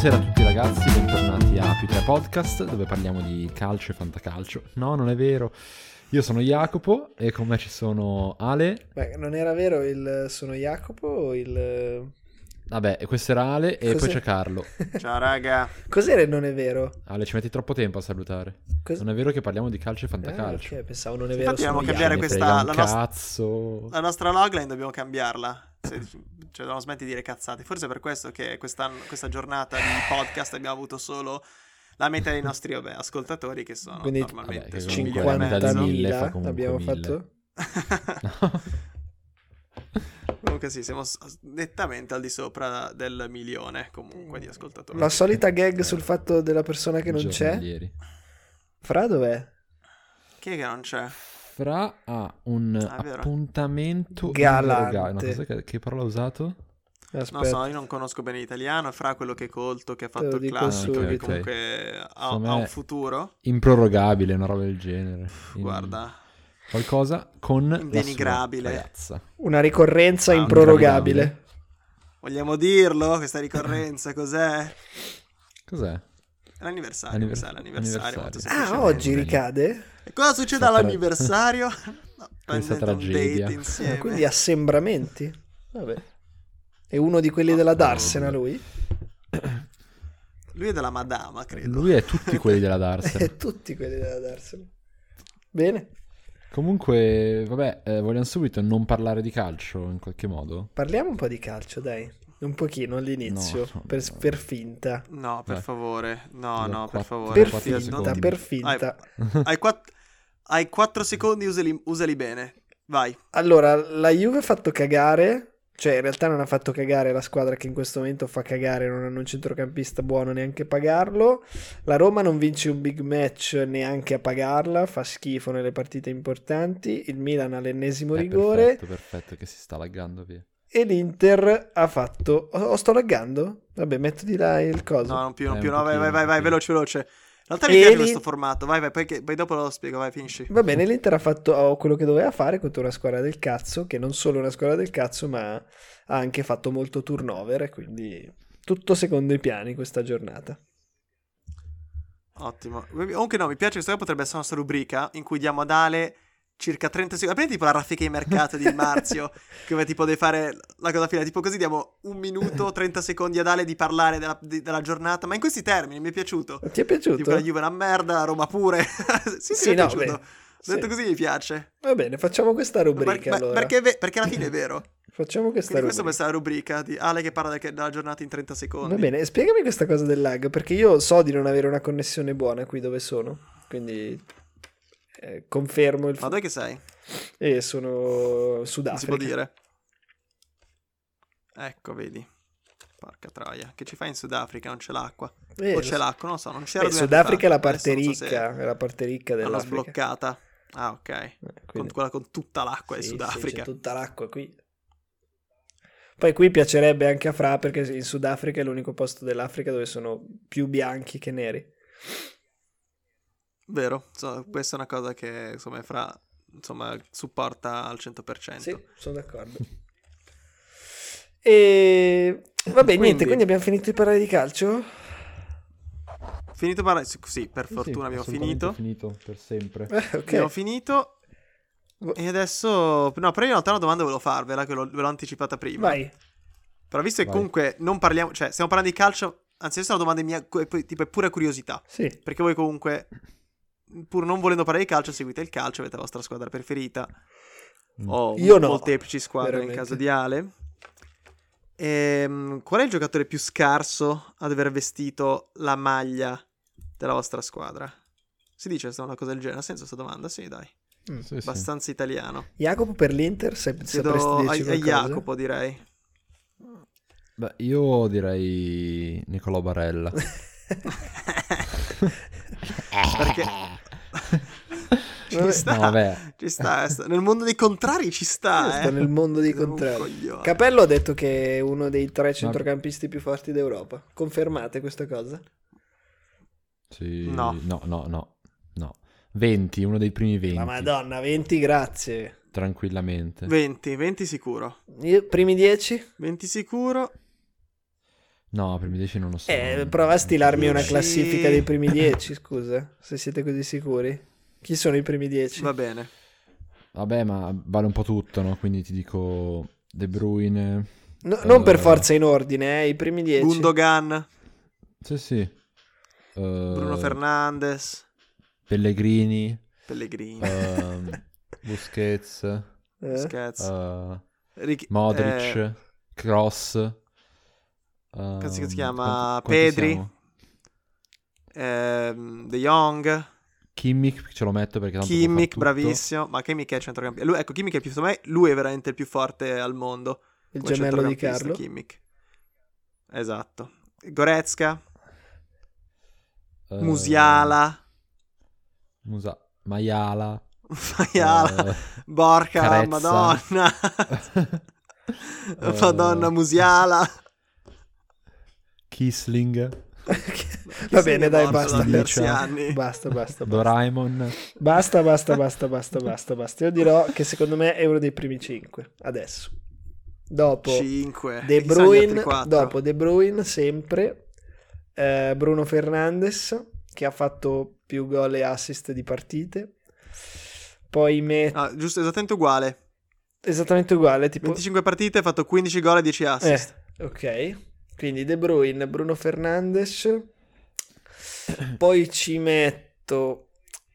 Buonasera a tutti ragazzi, bentornati a Più 3 Podcast, dove parliamo di calcio e fantacalcio. No, non è vero. Io sono Jacopo e con me ci sono Ale. Beh, non era vero sono Jacopo o il... Vabbè, questo era Ale e poi c'è Carlo. Ciao raga. Cos'era il non è vero? Ale, ci metti troppo tempo a salutare. Non è vero che parliamo di calcio e fantacalcio. Ok, pensavo non è vero. Infatti dobbiamo sono cambiare Jacopo. la nostra logline, dobbiamo cambiarla. Cioè non smetti di dire cazzate. Forse è per questo che questa giornata di podcast abbiamo avuto solo la metà dei nostri ascoltatori, che sono quindi, normalmente che 50.000 abbiamo fatto. Comunque sì, siamo nettamente al di sopra del milione comunque di ascoltatori. La solita gag sul fatto della persona che non c'è. Fra dov'è? Chi è che non c'è? Fra ha un appuntamento galante. No, che parola ha usato? Aspetta. Non so, io non conosco bene l'italiano. Fra quello che è colto, che ha fatto il classico, che comunque ha un futuro improrogabile, una roba del genere. Guarda, qualcosa con indenigrabile, la sua ragazza. Una ricorrenza improrogabile. Vogliamo dirlo? Questa ricorrenza cos'è? Cos'è? È l'anniversario. Oggi ricade? E cosa succede all'anniversario? Questa tragedia. Insieme. Quindi assembramenti? Vabbè. È uno di quelli della Darsena, lui? Lui è della Madama, credo. Lui è tutti quelli della Darsena. È tutti quelli della Darsena. Bene. Comunque, vabbè, vogliamo subito non parlare di calcio in qualche modo? Parliamo un po' di calcio, dai. Un pochino all'inizio, per finta. No, per favore. No, per favore. Per finta. Hai 4 secondi, usali bene. Vai. Allora, la Juve ha fatto cagare. Cioè, in realtà non ha fatto cagare la squadra che in questo momento fa cagare, non hanno un centrocampista buono neanche a pagarlo. La Roma non vince un big match neanche a pagarla, fa schifo nelle partite importanti. Il Milan ha l'ennesimo rigore. Perfetto, che si sta laggando via. E l'Inter ha fatto... sto laggando? Vabbè, metto di là il coso. No, non più, no, vai, veloce. In realtà mi piace questo formato, vai, poi dopo lo spiego, vai, finisci. Va bene, l'Inter ha fatto quello che doveva fare contro una squadra del cazzo, che non solo una squadra del cazzo, ma ha anche fatto molto turnover, e quindi tutto secondo i piani questa giornata. Ottimo. Comunque no, mi piace, questa potrebbe essere la nostra rubrica in cui diamo ad Ale circa 30 secondi. Prendi tipo la raffica di mercato di Marzio, che tipo devi fare la cosa finale, tipo così diamo 1 minuto 30 secondi ad Ale di parlare della giornata, ma in questi termini mi è piaciuto. Ti è piaciuto? Tipo la Juve è una merda, la Roma pure. sì, mi è piaciuto. Detto così mi piace. Va bene, facciamo questa rubrica allora. Perché alla fine è vero. Facciamo questa rubrica. Questa può essere la rubrica di Ale che parla della giornata in 30 secondi. Va bene, spiegami questa cosa del lag, perché io so di non avere una connessione buona qui dove sono, quindi confermo il... Ma dove che sei? Sono Sudafrica. Si può dire? Ecco, vedi. Porca troia. Che ci fai in Sudafrica? Non c'è l'acqua. O c'è l'acqua, non so, non c'era. Sudafrica è la parte ricca, è la parte ricca dell'Africa. L'hanno sbloccata. Ah, ok. Quindi... Quella con tutta l'acqua di Sudafrica. Sì, c'è tutta l'acqua qui. Poi qui piacerebbe anche a Fra, perché in Sudafrica è l'unico posto dell'Africa dove sono più bianchi che neri. Vero, questa è una cosa che insomma Fra supporta al 100%. Sì, sono d'accordo. E vabbè, niente, quindi abbiamo finito di parlare di calcio? Finito parlare? Sì, per fortuna abbiamo finito per sempre. Okay. Abbiamo finito. E adesso no, però in realtà una domanda volevo farvela, che ve l'ho anticipata prima. Vai. Però visto che comunque non parliamo, cioè stiamo parlando di calcio, anzi questa è una domanda mia, tipo è pura curiosità. Sì. Perché voi comunque, pur non volendo parlare di calcio, seguite il calcio, avete la vostra squadra preferita. Io no, molteplici squadre veramente. In caso di Ale. Qual è il giocatore più scarso ad aver vestito la maglia della vostra squadra? Si dice una cosa del genere? Ha senso questa domanda? Sì, dai. Sì, abbastanza italiano. Jacopo per l'Inter, sapresti dirci a Jacopo direi. Beh, io direi Nicolò Barella. Perché ci sta, no, ci sta. Nel mondo dei contrari ci sta. Sto nel mondo dei contrari. Capello ha detto che è uno dei 3 centrocampisti più forti d'Europa. Confermate questa cosa? Sì. No. 20, uno dei primi 20. Ma madonna, 20, grazie. Tranquillamente. 20 sicuro. Primi 10? 20 sicuro. No, primi 10 non lo so. Prova a stilarmi una 10. classifica dei primi 10, scusa, se siete così sicuri. Chi sono i primi 10? Va bene. Vabbè, ma vale un po' tutto, no? Quindi ti dico De Bruyne. Non per forza in ordine, i primi 10. Gundogan, Sì. Bruno Fernandes, Pellegrini. Busquets. Busquets, Modric. Kroos. cazzo che si chiama? quanti Pedri. siamo? De Jong, Kimmich ce lo metto perché tanto può far Kimmich, tutto. bravissimo. Ma Kimmich è centrocampista. Ecco, Kimmich è più, secondo me, lui è veramente il più forte al mondo. Il come gemello di centrocampista, Carlo. Kimmich. Esatto. Goretzka, Musiala, Maiala. Maiala, Borca, Carezza. Madonna. Madonna, Musiala. Kisling. Va bene, dai, basta. basta. Basta. Doraemon. Basta. Io dirò che secondo me è uno dei primi 5 adesso. Dopo 5. De Bruyne, dopo De Bruyne sempre, Bruno Fernandes che ha fatto più gol e assist di partite. Poi giusto, esattamente uguale. Tipo 25 partite, ha fatto 15 gol e 10 assist. ok. Quindi De Bruyne, Bruno Fernandes. Poi ci metto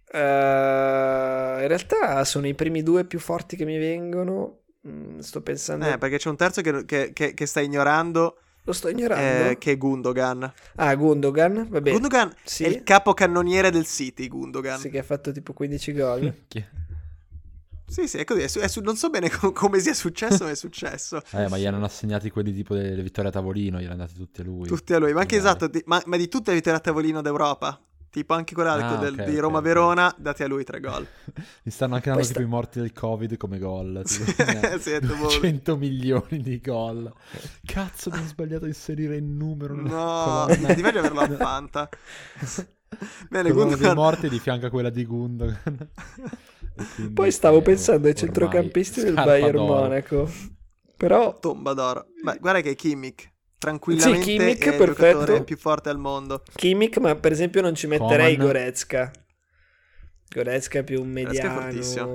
in realtà sono i primi 2 più forti che mi vengono. Sto pensando Perché c'è un terzo che stai ignorando. Lo sto ignorando. Che è Gundogan. Gundogan, va bene. Gundogan Sì. è il capocannoniere del City, Gundogan. Sì, che ha fatto tipo 15 gol. Sì, è così. Non so bene come sia successo, ma è successo. Ma gli hanno assegnati quelli tipo delle vittorie a tavolino, gli hanno andati tutti a lui. Tutti a lui, ma anche esatto, ma di tutte le vittorie a tavolino d'Europa. Tipo anche quella di Roma-Verona, dati a lui 3 gol. Mi stanno anche dando tipo i morti del Covid come gol. Tipo, 100 milioni di gol. Cazzo, mi ho sbagliato a inserire il numero. No, ti meglio averlo a Fanta. Bene, Gundogan dei morti di fianco a quella di Gundogan. Poi stavo pensando ai centrocampisti del Bayern Monaco. Però tomba d'oro. Beh, guarda che Kimmich tranquillamente Kimmich, è il giocatore più forte al mondo. Kimmich, ma per esempio non ci metterei Goretzka. Goretzka è più un mediano. Goretzka è fortissimo.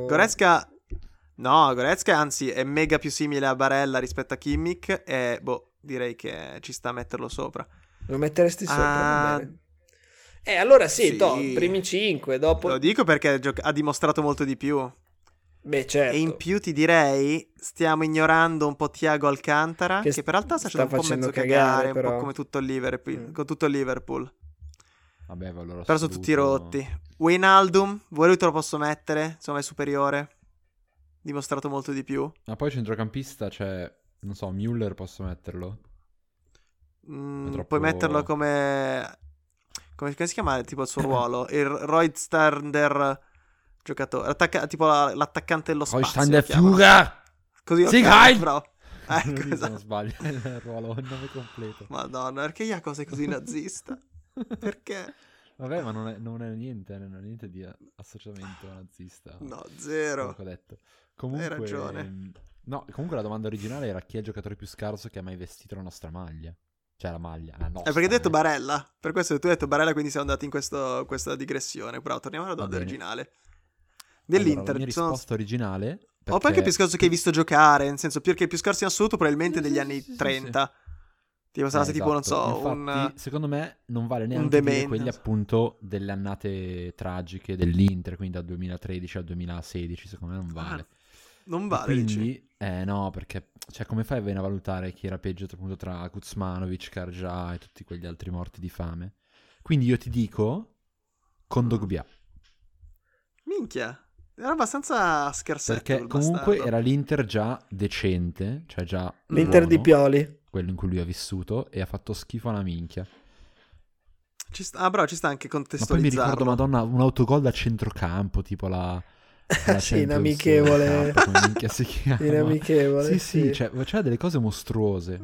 Goretzka anzi è mega più simile a Barella rispetto a Kimmich e direi che ci sta a metterlo sopra. Lo metteresti sopra? Va bene. Allora sì. Primi 5, dopo... Lo dico perché ha dimostrato molto di più. Beh, certo. E in più ti direi, stiamo ignorando un po' Thiago Alcantara, che per realtà sta facendo un po' mezzo cagare, un po' come tutto il Liverpool, con tutto il Liverpool. Vabbè, valore però sono tutti rotti. Wijnaldum, voi te lo posso mettere, insomma è superiore, dimostrato molto di più. Ma poi centrocampista c'è, non so, Müller posso metterlo? Puoi metterlo come si chiama tipo il suo ruolo? Il Roydstander giocatore, tipo l'attaccante dello spazio. Roydstander Führer! Così Sì, bravo. Ecco, Esatto. non sbaglio il ruolo, il nome completo. Madonna, perché Jacopo sei così nazista? Perché? Vabbè, ma non è niente di associamento nazista. No, zero. Ho detto. Comunque, hai ragione. No, comunque la domanda originale era chi è il giocatore più scarso che ha mai vestito la nostra maglia. Cioè la maglia, la nostra. Perché hai detto Barella. Per questo tu hai detto Barella, quindi siamo andati in questa digressione. Però torniamo alla domanda originale. Dell'Inter. Allora, la mia risposta originale... O perché più scarso che hai visto giocare, nel senso più scarso in assoluto probabilmente degli anni 30. Tipo sarà tipo, non so, infatti, secondo me non vale neanche dire quelli appunto delle annate tragiche dell'Inter, quindi dal 2013 al 2016, secondo me non vale. Non vale, quindi, dici? No, perché cioè come fai a valutare chi era peggio appunto tra Kuzmanovic, Karja e tutti quegli altri morti di fame? Quindi io ti dico Kondogbia. Minchia. Era abbastanza scherzetto. Perché comunque era l'Inter già decente, cioè già l'Inter buono, di Pioli, quello in cui lui ha vissuto, e ha fatto schifo alla minchia. Però ci sta anche contestualizzarlo. Ma poi mi ricordo, Madonna, un autogol da centrocampo, tipo la sì, in amichevole. Come minchia si chiama? In amichevole. Sì, cioè, c'era delle cose mostruose.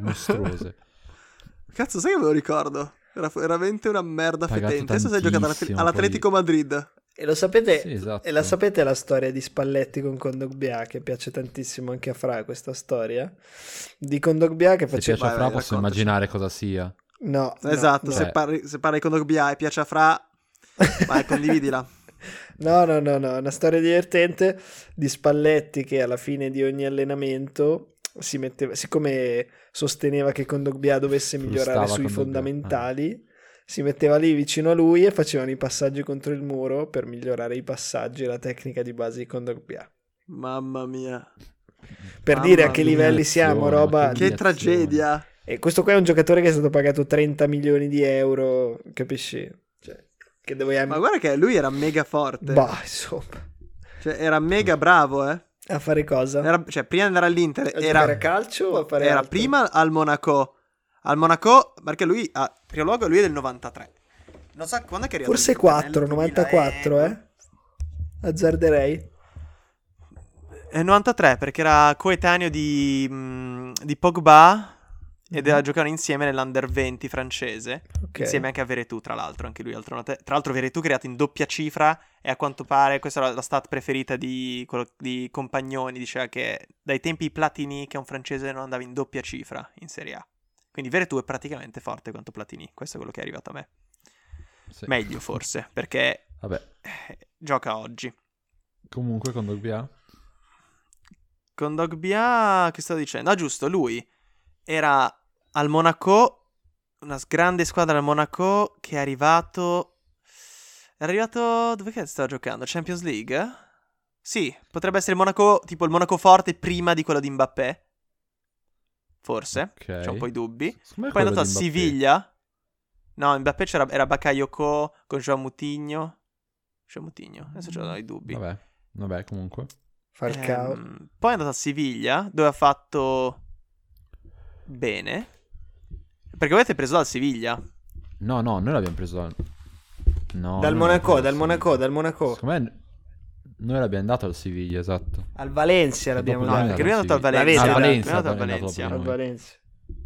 Cazzo, sai che me lo ricordo? Era veramente una merda fetente. Adesso sei giocato all'Atletico Madrid. E lo sapete, sì, esatto. E la sapete la storia di Spalletti con Kondogbia, che piace tantissimo anche a Fra, questa storia di Kondogbia che Se faceva... piace a Fra posso immaginare cosa sia. No. Esatto, no. se parli con Dogbia e piace a Fra, vai, condividila. No, una storia divertente di Spalletti che alla fine di ogni allenamento si metteva, siccome sosteneva che Kondogbia dovesse migliorare Frustava sui Kondogbia. fondamentali, si metteva lì vicino a lui e facevano i passaggi contro il muro per migliorare i passaggi e la tecnica di base di Kondogbia. Mamma mia. Per Mamma dire a che mia. livelli siamo, roba... Che Che umiliazione. tragedia. E questo qua è un giocatore che è stato pagato 30 milioni di euro, capisci? Cioè, che doveva... Ma guarda che lui era mega forte. Bah, insomma. Cioè, era mega bravo, eh. A fare cosa? Cioè, prima di andare all'Inter, A giocare a calcio o a fare era altro? prima al Monaco. Al Monaco, perché lui, in primo luogo, lui è del 93. Non so quando è che è arrivato. Forse all'Inter, 4, nel 94, 2000 Azzarderei. È 93 perché era coetaneo di Pogba ed giocavano insieme nell'Under 20 francese, Ok. insieme anche a Veretout, tra l'altro, anche lui tra l'altro Veretout creato in doppia cifra e a quanto pare questa era la stat preferita di Compagnoni, diceva che dai tempi Platini che un francese non andava in doppia cifra in Serie A. Quindi Veretout è praticamente forte quanto Platini, questo è quello che è arrivato a me. Sì. Meglio forse, perché Vabbè, gioca oggi. comunque Kondogbia. Con Dogbia, che stavo dicendo? Ah, giusto, lui era al Monaco, una grande squadra al Monaco che è arrivato... Era arrivato... Dove che stava giocando? Champions League? Sì, potrebbe essere il Monaco, tipo il Monaco forte prima di quello di Mbappé. Forse, Ok. c'ho un po' i dubbi. Secondo me Poi è quello andato a di Mbappé. Siviglia. No, Mbappé era Bakayoko con Joao Moutinho. Joao Moutinho, adesso c'ho i dubbi. Vabbè, comunque. Falcao. Poi è andato a Siviglia, dove ha fatto bene. Perché avete preso dal Siviglia. No, noi l'abbiamo preso No, Dal noi l'abbiamo Monaco, preso dal Monaco. Secondo me noi l'abbiamo dato al Siviglia, esatto. Al Valencia l'abbiamo Dopo No, dato. perché lui è andato al Valencia. Valencia. Ah, Lui è andato al Valencia, Valencia. è andato Al dopo Valencia.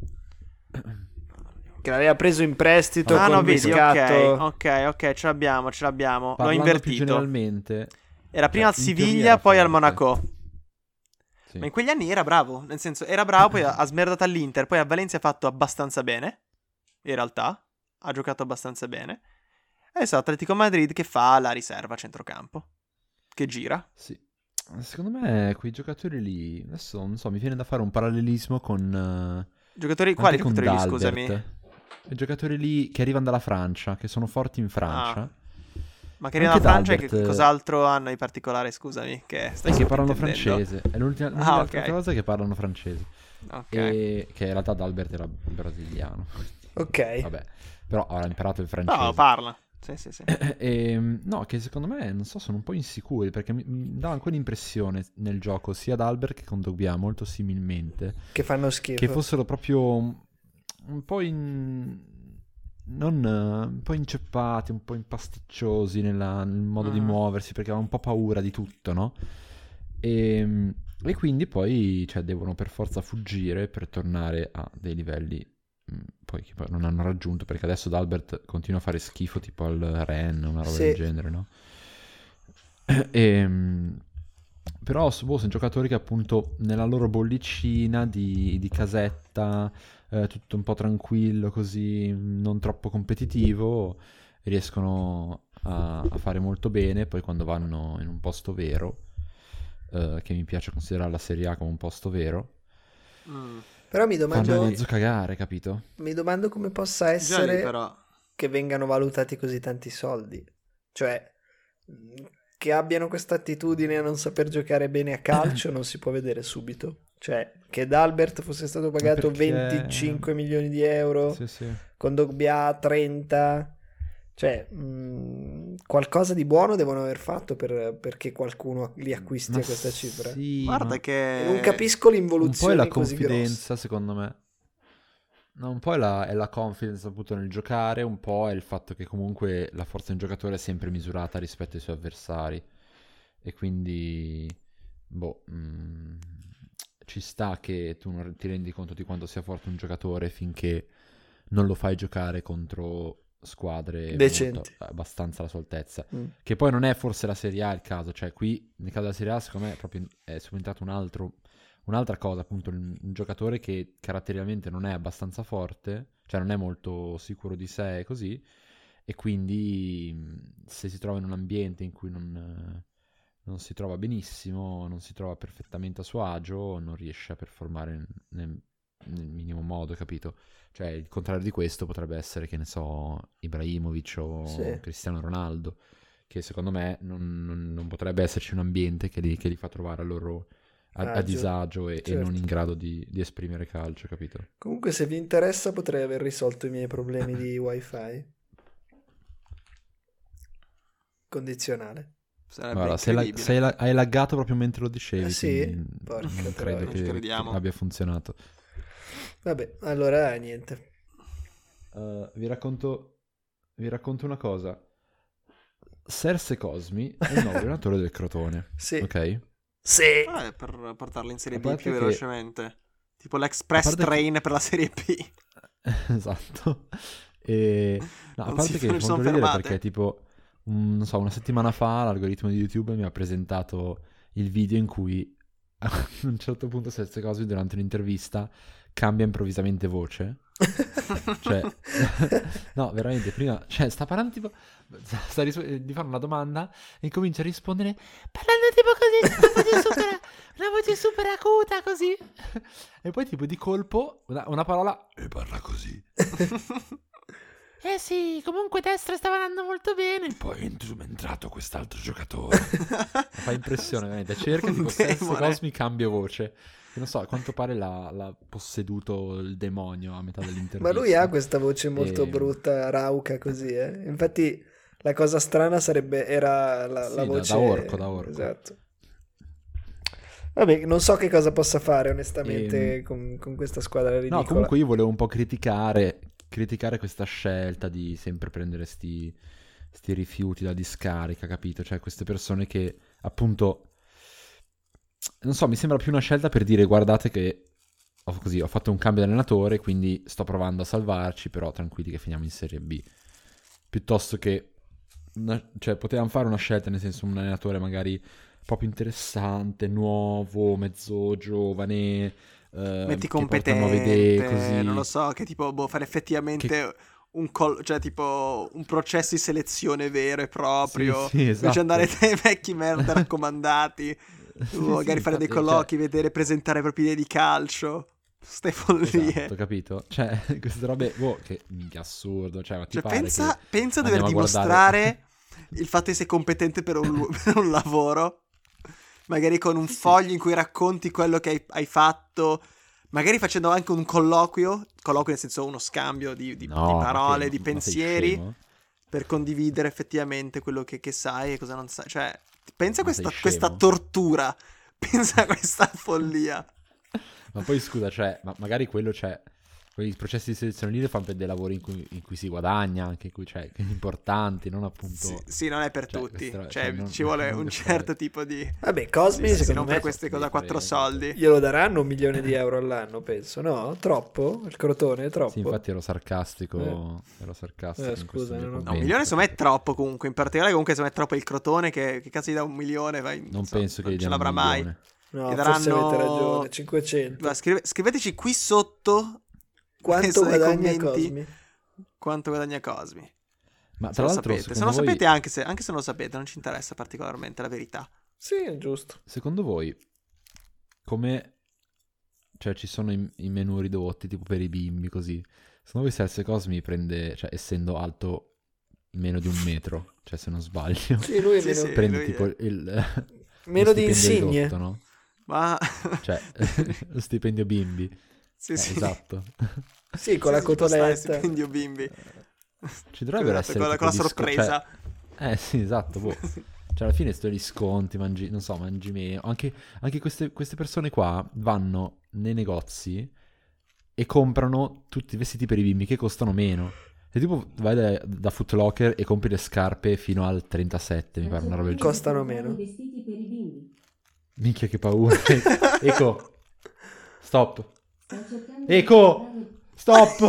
Che l'aveva preso in prestito Ah, con no, vedi, riscatto. ok, ce l'abbiamo. L'ho Parlando più invertito. generalmente, Era prima al in teoria Siviglia, era poi al forte. Monaco. sì. Ma in quegli anni era bravo. Nel senso, era bravo, poi ha smerdato all'Inter. Poi a Valencia ha fatto abbastanza bene. In realtà, ha giocato abbastanza bene. Adesso è Atletico Madrid che fa la riserva a centrocampo. Che gira. Sì. Secondo me quei giocatori lì, adesso non so, mi viene da fare un parallelismo con Giocatori, quali anche con giocatori lì, Dalbert. scusami? I giocatori lì che arrivano dalla Francia, che sono forti in Francia. Ma che arriva Anche da Francia e Dalbert, che cos'altro hanno di particolare, scusami? Che stai E che parlano sottintendendo? francese. È l'ultima Ah, altra ok. cosa che parlano francese. Ok. E che in realtà Dalbert era brasiliano. Ok. Vabbè, però ha imparato il francese. No, parla. Sì. No, che secondo me, non so, sono un po' insicuri perché mi dava quell'impressione nel gioco sia ad Albert che con Dogbia molto similmente Che fanno schifo. che fossero proprio un po' un po' inceppati, un po' impasticciosi nel modo di muoversi perché avevano un po' paura di tutto, no? E quindi poi cioè, devono per forza fuggire per tornare a dei livelli poi che poi non hanno raggiunto, perché adesso Dalbert continua a fare schifo tipo al Rennes, una roba Sì. del genere, no? Però sono giocatori che appunto nella loro bollicina di casetta, tutto un po' tranquillo così, non troppo competitivo, riescono a fare molto bene. Poi quando vanno in un posto vero, che mi piace considerare la Serie A come un posto vero, Però mi fanno domando, mezzo cagare, capito? mi domando come possa Già lì, essere però. che vengano valutati così tanti soldi. Cioè, che abbiano questa attitudine a non saper giocare bene a calcio non si può vedere subito. Cioè, che Dalbert fosse stato pagato perché- 25 milioni di euro, Sì. con Dogbia 30... Cioè, qualcosa di buono devono aver fatto perché qualcuno li acquisti Ma a questa cifra. sì, Guarda ma che... Non capisco un po' è l'involuzione la così grossa. confidenza, secondo me. No, un po' è la confidence appunto nel giocare, un po' è il fatto che comunque la forza di un giocatore è sempre misurata rispetto ai suoi avversari. E quindi, ci sta che tu non ti rendi conto di quanto sia forte un giocatore finché non lo fai giocare contro squadre Decenti. abbastanza alla sua altezza. Mm. Che poi non è forse la Serie A il caso, cioè qui nel caso della Serie A secondo me è proprio è subentrato Un'altra cosa, appunto, un giocatore che caratterialmente non è abbastanza forte, cioè non è molto sicuro di sé e così, e quindi se si trova in un ambiente in cui non si trova benissimo, non si trova perfettamente a suo agio, non riesce a performare nel minimo modo, capito? Cioè il contrario di questo potrebbe essere, che ne so, Ibrahimovic o Sì. Cristiano Ronaldo, che secondo me non potrebbe esserci un ambiente che li fa trovare a loro a Agio. disagio e non Certo. in grado di esprimere calcio, capito? Comunque, se vi interessa, potrei aver risolto i miei problemi di wifi. Condizionale. Sarebbe Guarda, incredibile. hai laggato proprio mentre lo dicevi, Sì? quindi Porca non credo troia. Ci che crediamo. abbia funzionato. Vabbè, allora niente. Vi racconto una cosa. Serse Cosmi è il nuovo allenatore del Crotone, Sì. ok? Sì. Per portarlo in Serie A B parte più che- velocemente. Tipo a l'Express parte che- Train per la Serie B. Esatto. E, no, a Non parte si- che non fa ci sono molto ridere fermate. perché tipo, non so, una settimana fa l'algoritmo di YouTube mi ha presentato il video in cui a un certo punto Serse Cosmi durante un'intervista cambia improvvisamente voce. Cioè, no, veramente, prima, cioè, sta parlando tipo, di fare una domanda e comincia a rispondere parlando tipo così, una voce super acuta così, e poi tipo di colpo una parola e parla così. Eh sì, comunque destra stava andando molto bene. Poi è entrato quest'altro giocatore. Fa impressione, veramente. Cerca Un tipo Serse demone. Cosmi cambia voce. Che non so, a quanto pare l'ha posseduto il demonio a metà dell'intervista. Ma lui ha questa voce molto E- brutta, rauca così, eh. Infatti la cosa strana era la Sì, da voce... orco. Esatto. Vabbè, non so che cosa possa fare onestamente E- con questa squadra ridicola. No, comunque io volevo un po' criticare questa scelta di sempre prendere sti rifiuti da discarica, capito? Cioè queste persone che appunto, non so, mi sembra più una scelta per dire guardate che ho fatto un cambio di allenatore, quindi sto provando a salvarci, però tranquilli che finiamo in Serie B. Piuttosto che, cioè potevamo fare una scelta, nel senso un allenatore magari proprio interessante, nuovo, mezzo giovane, Metti che porta nuove idee, competente, così. non lo so, che tipo fare effettivamente cioè tipo un processo di selezione vero e proprio, Sì, invece esatto. andare dai vecchi merda raccomandati, Sì, magari sì, fare dei infatti, colloqui, vedere, presentare i propri idee di calcio, ste follie. esatto, capito? Cioè, queste robe, che minchia assurdo, cioè, ma ti Cioè, pare pensa di che dover andiamo a dimostrare il fatto che sei competente per per un lavoro, magari con un Sì, sì. foglio in cui racconti quello che hai fatto, magari facendo anche un colloquio nel senso uno scambio di No, parole, ma di ma sei pensieri, scemo? per condividere effettivamente quello che sai e cosa non sai. Cioè, pensa a Ma sei questa scemo? tortura, pensa a questa follia. Ma poi scusa, cioè, ma magari quello, cioè, quei processi di selezione lì li fanno per dei lavori in cui si guadagna, anche in cui, cioè, importanti, non appunto... Sì, non è per Cioè, tutti, queste cioè non- ci vuole non un le certo fai. tipo di... Vabbè, Cosmi Sì, secondo non per me queste cose a Devi quattro fare- soldi. glielo daranno 1 milione di euro all'anno, penso, no? Troppo? Il Crotone è troppo? Sì, infatti ero sarcastico in questo scusa, mio non ho- No, un commento, milione secondo me è capito? troppo comunque. In particolare comunque secondo me è troppo il Crotone che cazzo gli dà 1 milione? Non penso che non gli ce diano l'avrà un mai. milione. No, Gli forse avete daranno... ragione, 500. Guarda, scriveteci qui sotto Quanto messo nei guadagna commenti Cosmi? quanto guadagna Cosmi. Ma Se tra lo l'altro, sapete. Se secondo non lo voi, sapete, anche se non lo sapete, non ci interessa particolarmente la verità. Sì, è giusto. secondo voi, come... Cioè, ci sono i menu ridotti, tipo per i bimbi, così. Secondo voi Serse Cosmi prende, cioè, essendo alto meno di 1 metro, cioè, se non sbaglio, Sì, lui è Sì, meno, sì. prende lui tipo è- meno lo di stipendio insigne. ridotto, no? Ma... Cioè, lo stipendio bimbi. sì, sì. Esatto. Sì, con Sì, la sì, ci può stare, cotoletta. stipendio bimbi. Ci dovrebbero Esatto, essere con tipo la cioè, sorpresa. sì, esatto, boh. Cioè, alla fine sto gli sconti, mangi, non so, mangi meno. Anche queste persone qua vanno nei negozi e comprano tutti i vestiti per i bimbi che costano meno. Se tipo vai da Foot Locker e compri le scarpe fino al 37, mi pare una roba del genere. Costano meno. Vestiti per i bimbi. Minchia che paura. Eco, stop. Sto cercando Eco, di stop.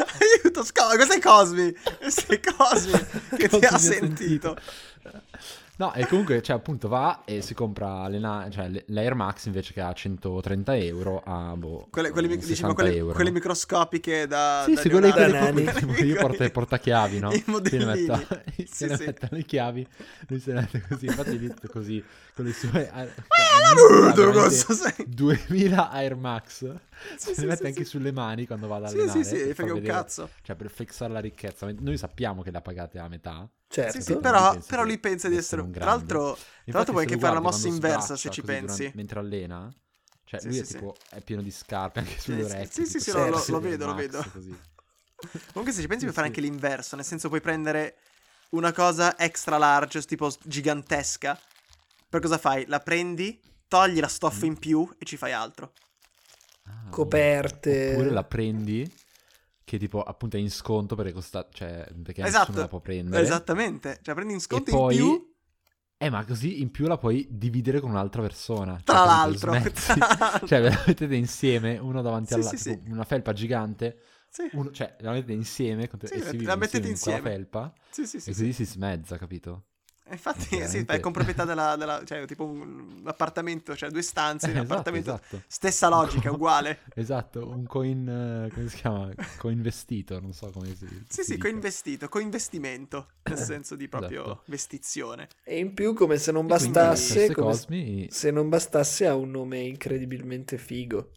Aiuto, questa è Cosmi. Questa è Cosmi che ti Cosmi ha mi sentito. No, e comunque, cioè, appunto, va e si compra l'Air Max invece che a 130 euro a Quelle, 60 euro. quelle microscopiche da Sì, quelle Leonardo. io porto i portachiavi, no? I modellini. Se ne metta le chiavi, lui se ne mette così, infatti lì con le sue cosa sei? 2000 Air Max, Sì, se ne mette anche sulle mani quando va ad Sì, allenare. sì, per frega far un vedere- cazzo. Cioè, per flexare la ricchezza. Noi sappiamo che la pagate a metà. Certo. Sì, sì, Lui però pensa lui pensa di essere un tra grande. l'altro Infatti, puoi se anche lo fare la guardi mossa quando inversa se sbraccia ci così pensi. mentre allena, cioè Sì, lui sì, è sì. tipo è pieno di scarpe anche sulle Sì, orecchie. sì, sì, tipo lo Air vedo, lo Max, vedo. così. Comunque se ci pensi Sì, puoi fare sì. anche l'inverso, nel senso puoi prendere una cosa extra large, tipo gigantesca. Per cosa fai? La prendi, togli la stoffa in più e ci fai altro. Ah, Coperte. oppure la prendi che tipo appunto è in sconto perché costa, cioè perché nessuno Esatto, la può prendere. esattamente. Cioè prendi in E sconto poi in più, ma così in più la puoi dividere con un'altra persona. tra Cioè, l'altro. capito? Smezzi. Cioè ve la mettete insieme, uno davanti Sì, all'altro, sì, tipo una felpa gigante, Sì, cioè la mettete insieme Sì, e si vive la mettete insieme in quella insieme. felpa sì, sì, sì, e sì. così si smezza, capito? Infatti, sì, Veramente. è con proprietà cioè, tipo un appartamento, cioè 2 stanze in un Esatto, appartamento. esatto. Stessa logica, uguale. Esatto, un coin, come si chiama? Coinvestito, non so come si Sì, si sì, dica. coinvestimento, nel senso di proprio Esatto. vestizione. E in più, come se non E quindi bastasse, queste come Cosmi se non bastasse, ha un nome incredibilmente figo.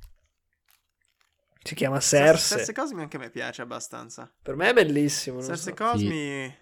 Si chiama Serse Serse. Cosmi anche a me piace abbastanza. Per me è bellissimo. Non Serse so. Cosmi...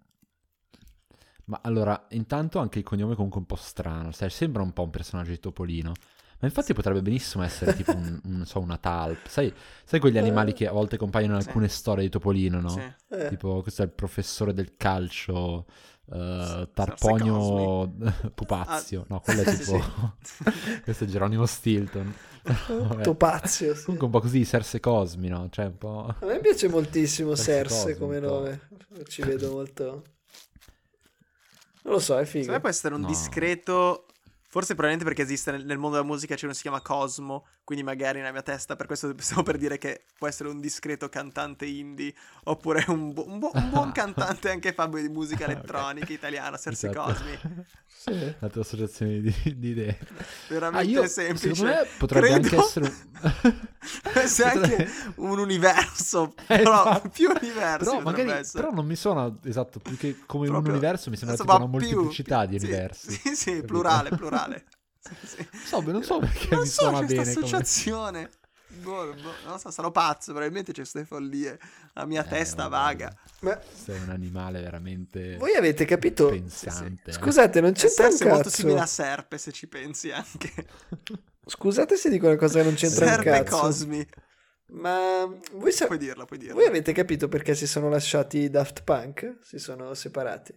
Ma allora, intanto anche il cognome è comunque un po' strano, sai, sembra un po' un personaggio di Topolino. Ma infatti potrebbe benissimo essere tipo non so, una talp. Sai quegli animali che a volte compaiono in Sì. alcune storie di Topolino, no? Sì. Tipo, questo è il professore del calcio, Serse Tarponio Pupazio. No, quello è Sì, tipo... questo è Geronimo Stilton. Vabbè. Topazio. Sì. Comunque un po' così, Serse Cosmi, no? Cioè un po'... A me piace moltissimo Serse Serse Cosmi, come un po'. nome. Ci vedo molto. Non lo so, è Secondo figo. me può essere un No. discreto... Forse probabilmente perché esiste nel mondo della musica c'è uno che si chiama Cosmo, quindi magari nella mia testa per questo stavo per dire che può essere un discreto cantante indie oppure un buon cantante anche Fabio di musica elettronica italiana, Serse Esatto. Cosmi. Sì. La tua associazione di idee. Veramente semplice. Secondo me potrebbe Credo anche essere sia anche un universo, però infatti. più universi Però potrebbe magari essere. però non mi suona esatto, più che come un Proprio- universo mi sembra insomma, tipo una molteplicità di sì, universi. Sì, sì, capito? plurale. Sì. Non so perché Non mi so, suona c'è bene questa come... associazione. Non so, sarò pazzo, probabilmente c'è queste follie. La mia testa no, vaga. Ma Sei un animale veramente voi avete capito? pensante. Scusate, non c'entra un Serse è molto cazzo. simile a Serpe, se ci pensi anche. Scusate se dico una cosa che non c'entra un Serpe cazzo. Cosmi. Ma voi, Puoi dirla. voi avete capito perché si sono lasciati i Daft Punk? Si sono separati.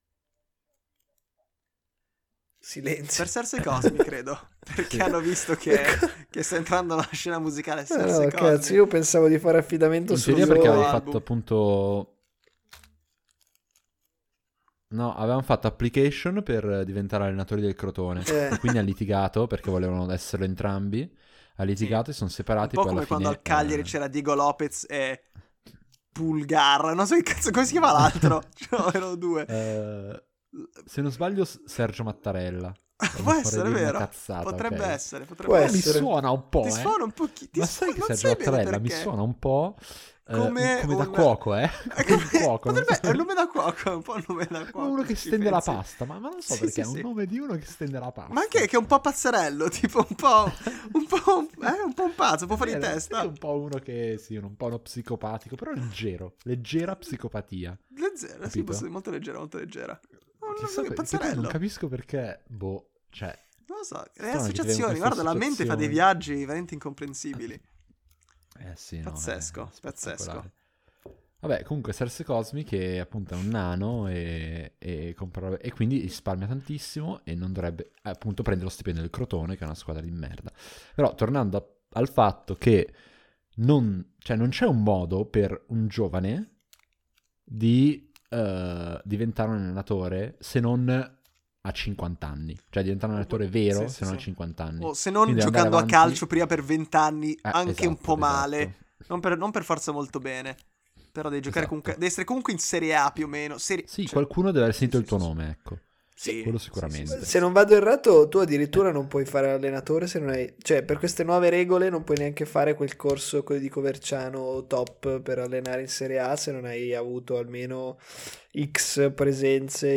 Silenzio. Per Serse Cosmi, credo. Perché hanno visto che sta entrando nella scena musicale Serse No, Cosmi. cazzo, io pensavo di fare affidamento In su teoria perché loro. aveva album. fatto appunto... No, avevano fatto application per diventare allenatori del Crotone. E quindi ha litigato perché volevano esserlo entrambi. Ha litigato e sono Un separati. po' Poi alla come quando fine, al Cagliari c'era Diego Lopez e Pulgar. Non so che cazzo, come si chiama l'altro? Cioè, erano due. se non sbaglio Sergio Mattarella. Può vorrei essere, dire una vero? cazzata, Potrebbe ok. essere. Può Mi essere. suona un po', Ti suona un pochino. Ma sai che non Sergio sai bene Mattarella mi perché. suona un po' Come da un- cuoco, un cuoco, non Potrebbe so. è un nome da cuoco, è un po' un nome da Come cuoco. uno che se ci stende la pensi. pasta, ma non so Sì, perché sì, è un sì. nome di uno che stende la pasta. Ma anche che è un po' pazzerello, tipo un po' un pazzo, un po' fuori di testa. È un po' uno che sì, un po' uno psicopatico, però leggera psicopatia. Leggera, sì, Capito? molto leggera, molto leggera. Chissà perché, Pazzerello. non capisco perché, cioè, Non lo so, le Strano che associazioni, troviamo guarda, queste la mente fa dei associazioni. viaggi veramente incomprensibili. sì, no, Pazzesco, è pazzesco. spettacolare. Vabbè, comunque Serse Cosmi che appunto è un nano e quindi risparmia tantissimo e non dovrebbe appunto prendere lo stipendio del Crotone, che è una squadra di merda. Però tornando al fatto che non c'è un modo per un giovane di diventare un allenatore se non a 50 anni. Cioè diventare un allenatore vero Sì, se non sì. a 50 anni. O se non Quindi andare giocando avanti- a calcio prima per 20 anni, anche esatto, un po' male. esatto. Non per forza molto bene. Però devi giocare Esatto. comunque, devi essere comunque in Serie A più o meno. Sì, cioè- qualcuno deve aver sentito sì, il tuo sì, sì. nome, ecco. Sì, quello sì, sicuramente. sì. Se non vado errato, tu addirittura non puoi fare l'allenatore se non hai... Cioè, per queste nuove regole non puoi neanche fare quel corso, quello di Coverciano top per allenare in Serie A se non hai avuto almeno X presenze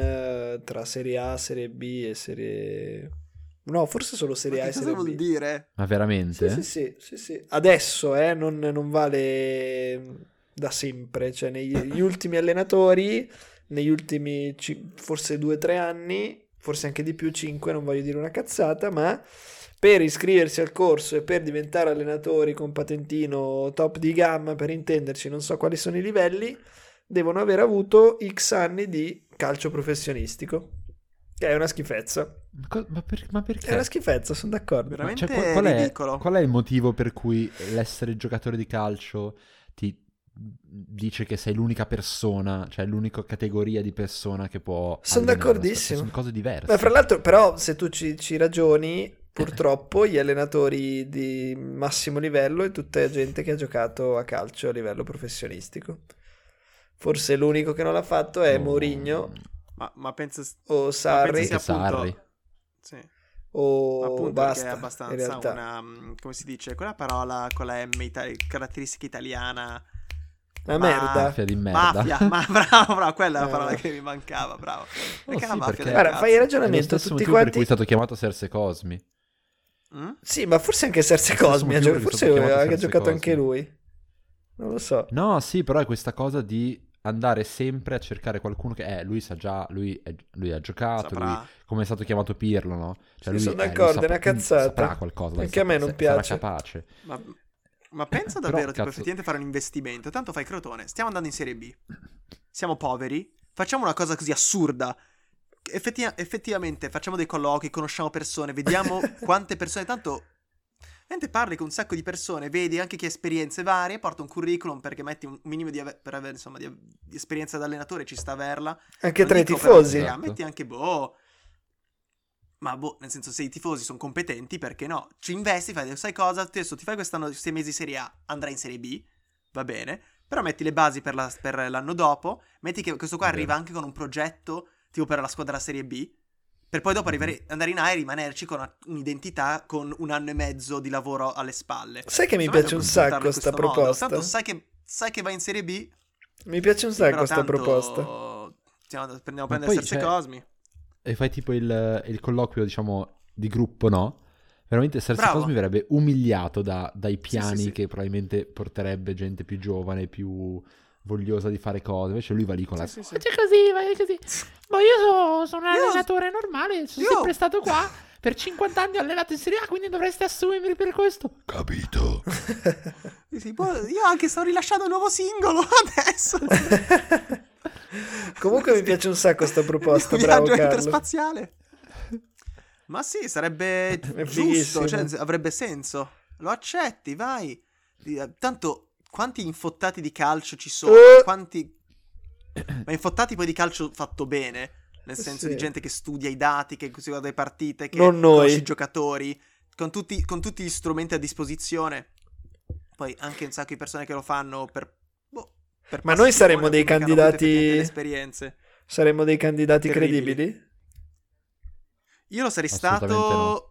tra Serie A, Serie B e Serie... No, forse solo Ma Serie A che e cosa Serie vuol B. dire? Ma Sì, veramente? sì. Adesso, non vale da sempre. Cioè, gli ultimi allenatori, negli ultimi forse 2 o 3 anni, forse anche di più, 5, non voglio dire una cazzata, ma per iscriversi al corso e per diventare allenatori con patentino top di gamma, per intenderci, non so quali sono i livelli, devono aver avuto X anni di calcio professionistico. Che è una schifezza. Ma È perché? una schifezza, sono d'accordo. Ma Veramente qual è, ridicolo. qual è il motivo per cui l'essere giocatore di calcio ti dice che sei l'unica persona, cioè l'unica categoria di persona che può Sono allenare? d'accordissimo. Sono cose diverse. Ma fra l'altro, però, se tu ci ragioni, purtroppo gli allenatori di massimo livello è tutta gente che ha giocato a calcio a livello professionistico. Forse l'unico che non l'ha fatto è Oh, Mourinho Ma penso, o ma Sarri penso sia Anche appunto... Sarri. Sì. o Appunto perché è basta, in abbastanza realtà. una... come si dice? Quella parola con la M, caratteristica italiana... Una merda. Mafia di merda. Mafia, ma bravo, quella è la parola Ah. che mi mancava, bravo. Oh, Perché sì, la mafia perché- del Guarda, cazzo? fai il È lo ragionamento, stesso tutti motivo per quanti... cui è stato chiamato Serse Cosmi. Mm? Sì, ma forse anche Serse Lo stesso Cosmi ha motivo giocato, per cui è forse stato chiamato ha Serse giocato anche Cosmi. lui. Non lo so. No, sì, però è questa cosa di andare sempre a cercare qualcuno che lui sa già, lui ha giocato, lui, Saprà. come è stato chiamato Pirlo, no? Cioè Sì, lui, sono lui d'accordo, è una quindi cazzata. saprà qualcosa, dai, Anche a me non sarà piace. capace. Ma pensa Però, davvero, tipo, cazzo- effettivamente fare un investimento. Tanto fai Crotone, stiamo andando in Serie B. Siamo poveri. Facciamo una cosa così assurda. Effettivamente facciamo dei colloqui, conosciamo persone, vediamo quante persone. Tanto, mentre parli con un sacco di persone, vedi anche chi ha esperienze varie, porta un curriculum perché metti un minimo per avere, insomma, di esperienza da allenatore, ci sta averla. Anche Non tra i dico per la tifosi. Serie A, Esatto. metti anche ma nel senso, se i tifosi sono competenti, perché no? Ci investi, sai cosa? Adesso ti fai quest'anno 6 mesi Serie A, andrai in Serie B, va bene, però metti le basi per l'anno dopo, metti che questo qua Vero. arriva anche con un progetto, tipo per la squadra Serie B, per poi dopo andare in A e rimanerci con un'identità, con 1 anno e mezzo di lavoro alle spalle. Sai che mi Secondo me piace un devo sfruttarlo sacco in sta questo modo. proposta? Tanto sai che vai in Serie B, Mi piace un sì, però sacco sta tanto proposta. andiamo a Ma prendere poi, Serse cioè, Cosmi. E fai tipo il colloquio, diciamo, di gruppo, no? Veramente Serse Bravo. Cosmi verrebbe umiliato dai piani sì. che probabilmente porterebbe gente più giovane, più vogliosa di fare cose. Invece lui va lì con la... Sì. Faccia così, vai così. Ma io sono un Io- allenatore normale, sono io- sempre stato qua. Per 50 anni ho allenato in Serie A, quindi dovreste assumermi per questo. Capito? Sì, io anche sto rilasciando un nuovo singolo adesso. Comunque mi piace un sacco sta proposta, Un bravo viaggio Carlo. interspaziale. Ma sì, sarebbe fighissimo. giusto, cioè avrebbe senso. Lo accetti, vai. Tanto quanti infottati di calcio ci sono? Quanti... Ma infottati poi di calcio fatto bene, nel senso Sì. di gente che studia i dati, che si guarda le partite, che Non noi. conosce i giocatori, con tutti gli strumenti a disposizione. Poi anche un sacco di persone che lo fanno per Ma noi saremmo passione, dei perché hanno avuto candidati- effettivamente delle esperienze. Saremmo dei candidati Terribili. credibili? Io lo sarei Assolutamente stato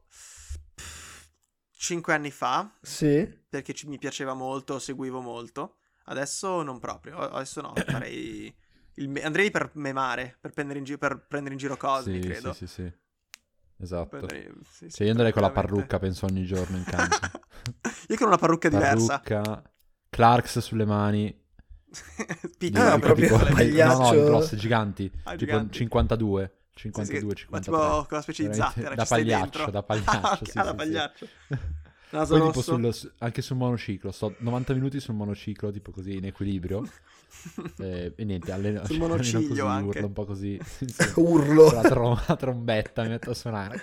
5 anni fa, Sì. perché mi piaceva molto, seguivo molto. Adesso non proprio, adesso no, farei andrei per memare, per prendere in giro Cosmi, Sì, credo. sì. Esatto. Sì, Cioè io andrei con la tranquillamente. parrucca, penso, ogni giorno in campo. Io con una parrucca diversa. Parrucca, Clarks sulle mani. Piccola, Ah, proprio piccola, pagliaccio. No, grosse, giganti. Ah, tipo giganti. 52, Sì, 52, sì, ma 53. tipo con una specie di Veramente zattera, da ci stai pagliaccio, dentro. da pagliaccio, Ah, ok, sì, da sì, sì. pagliaccio. Naso Poi tipo rosso. anche sul monociclo, sto 90 minuti sul monociclo, tipo così in equilibrio. E niente, alleno Sul alleno monociglio così, anche. urlo un po' così. Sì, sì. Urlo. Con la trombetta mi metto a suonare.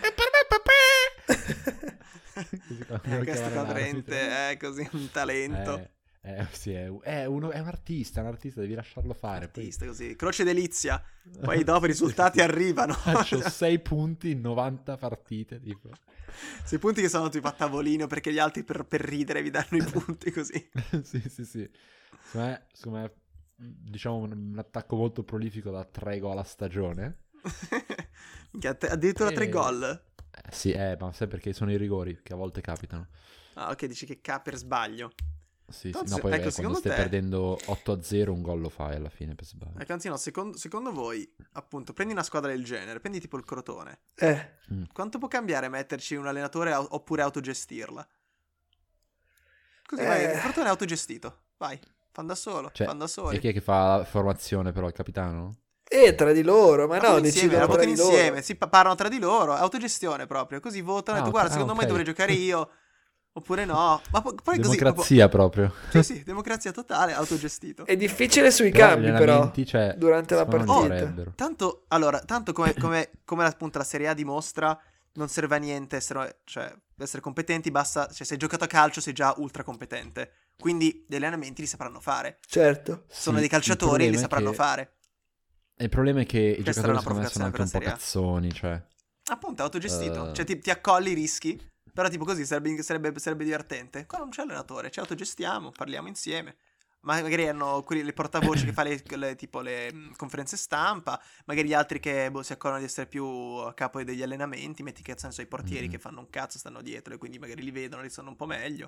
Così quando devo Questo chiamare qua l'arbitro. veramente è così un talento. Sì, è un artista, devi lasciarlo fare. Poi Artista così, croce delizia. Poi dopo i risultati arrivano. faccio 6 punti in 90 partite, tipo. 6 punti che sono tipo a tavolino perché gli altri per ridere vi danno i punti così. Sì. Secondo me, diciamo un attacco molto prolifico da 3 gol alla stagione. Minchia, addirittura 3 Eh, gol. Sì, ma sai perché sono i rigori che a volte capitano. Ah, ok, dici che per sbaglio. Sì, Entonces, no, poi ecco, quando secondo stai te, perdendo 8-0 un gol lo fai alla fine per sbaglio. ecco, anzi no, secondo voi, appunto, prendi una squadra del genere, prendi tipo il Crotone, quanto può cambiare metterci un allenatore oppure autogestirla? Così vai, il Crotone è autogestito, vai, fan da solo, Cioè, fan da e soli. chi è che fa la formazione però, il capitano? Tra di loro, ma Ma no, votano insieme, decidono la tra votano di loro. insieme, si parlano tra di loro, autogestione proprio, così votano e Ah, tu ok, guarda, secondo me ok. dovrei giocare io, oppure no, ma poi così, proprio, Democrazia proprio. sì, democrazia totale, autogestito. È difficile sui Però cambi, gli però, allenamenti, cioè, durante la secondo me li partita. farebbero. Tanto come appunto la Serie A dimostra, non serve a niente essere competenti, basta, cioè se hai giocato a calcio sei già ultra competente, quindi gli allenamenti li sapranno fare, Certo. sono Sì, dei il calciatori, problema li è sapranno che- fare. Il problema è che i Questa giocatori era una secondo me sono provocazione anche per un po' la Serie A. cazzoni, cioè... Appunto, autogestito, Eh. cioè ti accolli i rischi, però tipo così sarebbe divertente. Qua non c'è allenatore, ci autogestiamo, parliamo insieme. Magari hanno quelli, le portavoci che fa tipo le conferenze stampa, magari gli altri che si accorgono di essere più a capo degli allenamenti, metti che senso i portieri che fanno un cazzo, stanno dietro e quindi magari li vedono, li sanno un po' meglio.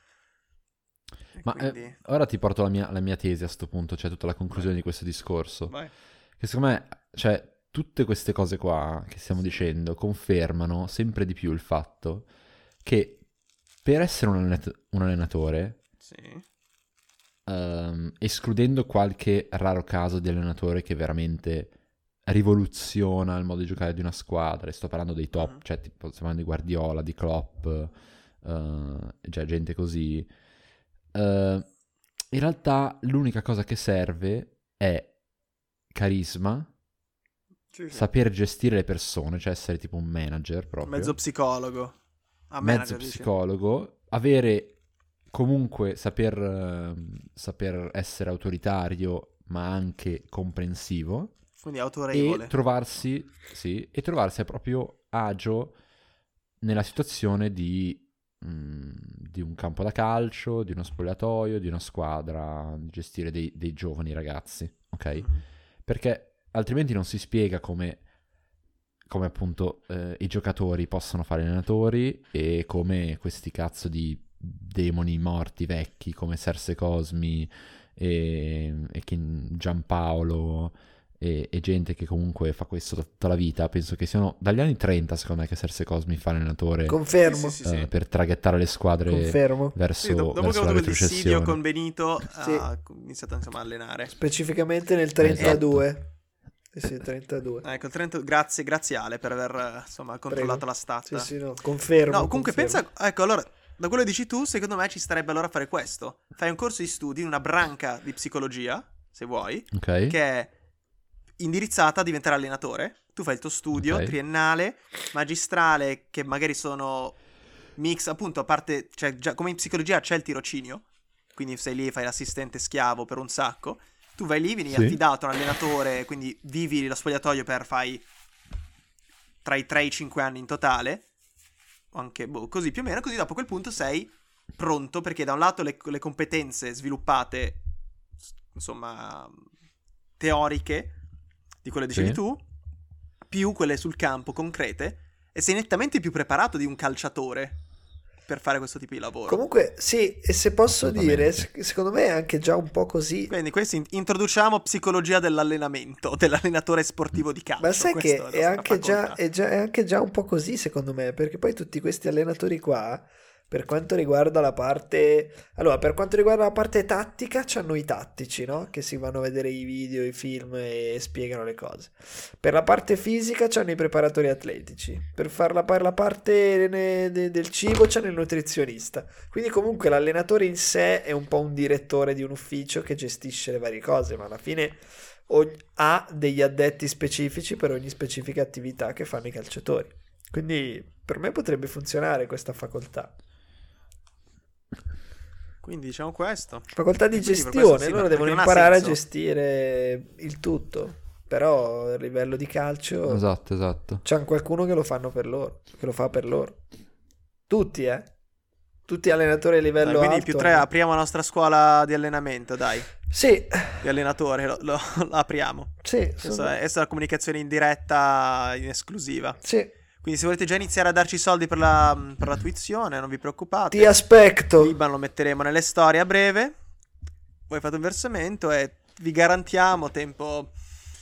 E Ma quindi, ora ti porto la mia tesi a sto punto, cioè tutta la conclusione di questo discorso. vai. Che secondo me, cioè, tutte queste cose qua che stiamo dicendo confermano sempre di più il fatto che per essere un allenatore, Sì. escludendo qualche raro caso di allenatore che veramente rivoluziona il modo di giocare di una squadra, e sto parlando dei top, Mhm. cioè tipo, stiamo parlando di Guardiola, di Klopp, cioè gente così, in realtà l'unica cosa che serve è carisma, Sì, sì. saper gestire le persone, cioè essere tipo un manager proprio, Mezzo psicologo. A mezzo manager, dici? psicologo, avere comunque saper essere autoritario ma anche comprensivo Quindi e autorevole. trovarsi a proprio agio nella situazione di un campo da calcio, di uno spogliatoio, di una squadra, di gestire dei giovani ragazzi, ok? Mhm. Perché altrimenti non si spiega come appunto i giocatori possono fare allenatori e come questi cazzo di demoni morti vecchi come Serse Cosmi e Giampaolo e gente che comunque fa questo da tutta la vita. Penso che siano dagli anni 30, secondo me, che Serse Cosmi fa allenatore Confermo. Sì. per traghettare le squadre Confermo. verso, Sì, dopo che ho verso avuto la quel dissidio retrocessione. con Benito, Sì. ha iniziato insomma a allenare. Specificamente nel 32. Sì, 32. Ecco, il Trento, grazie Ale per aver insomma controllato la stat. Sì, no, confermo. No, comunque confermo. pensa, ecco, allora, da quello che dici tu, secondo me ci starebbe allora a fare questo. Fai un corso di studi in una branca di psicologia, se vuoi, Ok? che è indirizzata a diventare allenatore. Tu fai il tuo studio Ok. triennale, magistrale, che magari sono mix, appunto, a parte, cioè, già, come in psicologia c'è il tirocinio, quindi sei lì, fai l'assistente schiavo per un sacco. Tu vai lì, vieni Sì. affidato a un allenatore, quindi vivi lo spogliatoio fai tra i 3 e i 5 anni in totale, o anche così più o meno, così dopo quel punto sei pronto, perché da un lato le competenze sviluppate, insomma, teoriche, di quelle dicevi Sì. tu, più quelle sul campo, concrete, e sei nettamente più preparato di un calciatore per fare questo tipo di lavoro. Comunque, sì, e se posso dire, Assolutamente. secondo me è anche già un po' così. Quindi questi introduciamo psicologia dell'allenamento, dell'allenatore sportivo di calcio. Ma sai che Questa è la anche già, facoltà. è anche già un po' così, secondo me, perché poi tutti questi allenatori qua, per quanto riguarda la parte... Allora, per quanto riguarda la parte tattica, c'hanno i tattici, no? Che si vanno a vedere i video, i film e spiegano le cose. Per la parte fisica c'hanno i preparatori atletici. Per fare la parte del cibo c'hanno il nutrizionista. Quindi comunque l'allenatore in sé è un po' un direttore di un ufficio che gestisce le varie cose, ma alla fine ha degli addetti specifici per ogni specifica attività che fanno i calciatori. Quindi per me potrebbe funzionare questa facoltà. Quindi diciamo questo. Facoltà di E quindi per gestione, questo sì, loro perché devono non ha imparare a senso. gestire il tutto. Però a livello di calcio Esatto. c'hanno qualcuno che lo fanno per loro, che lo fa per loro. Tutti, tutti allenatori a Dai, livello quindi alto. più 3 apriamo la nostra scuola di allenamento, dai. Sì, Di allenatore, lo apriamo. sì, Questa è la comunicazione in diretta, in esclusiva. sì. Quindi se volete già iniziare a darci soldi per la tuizione, non vi preoccupate. Ti aspetto. L'Iban lo metteremo nelle storie a breve. Voi fate un versamento e vi garantiamo tempo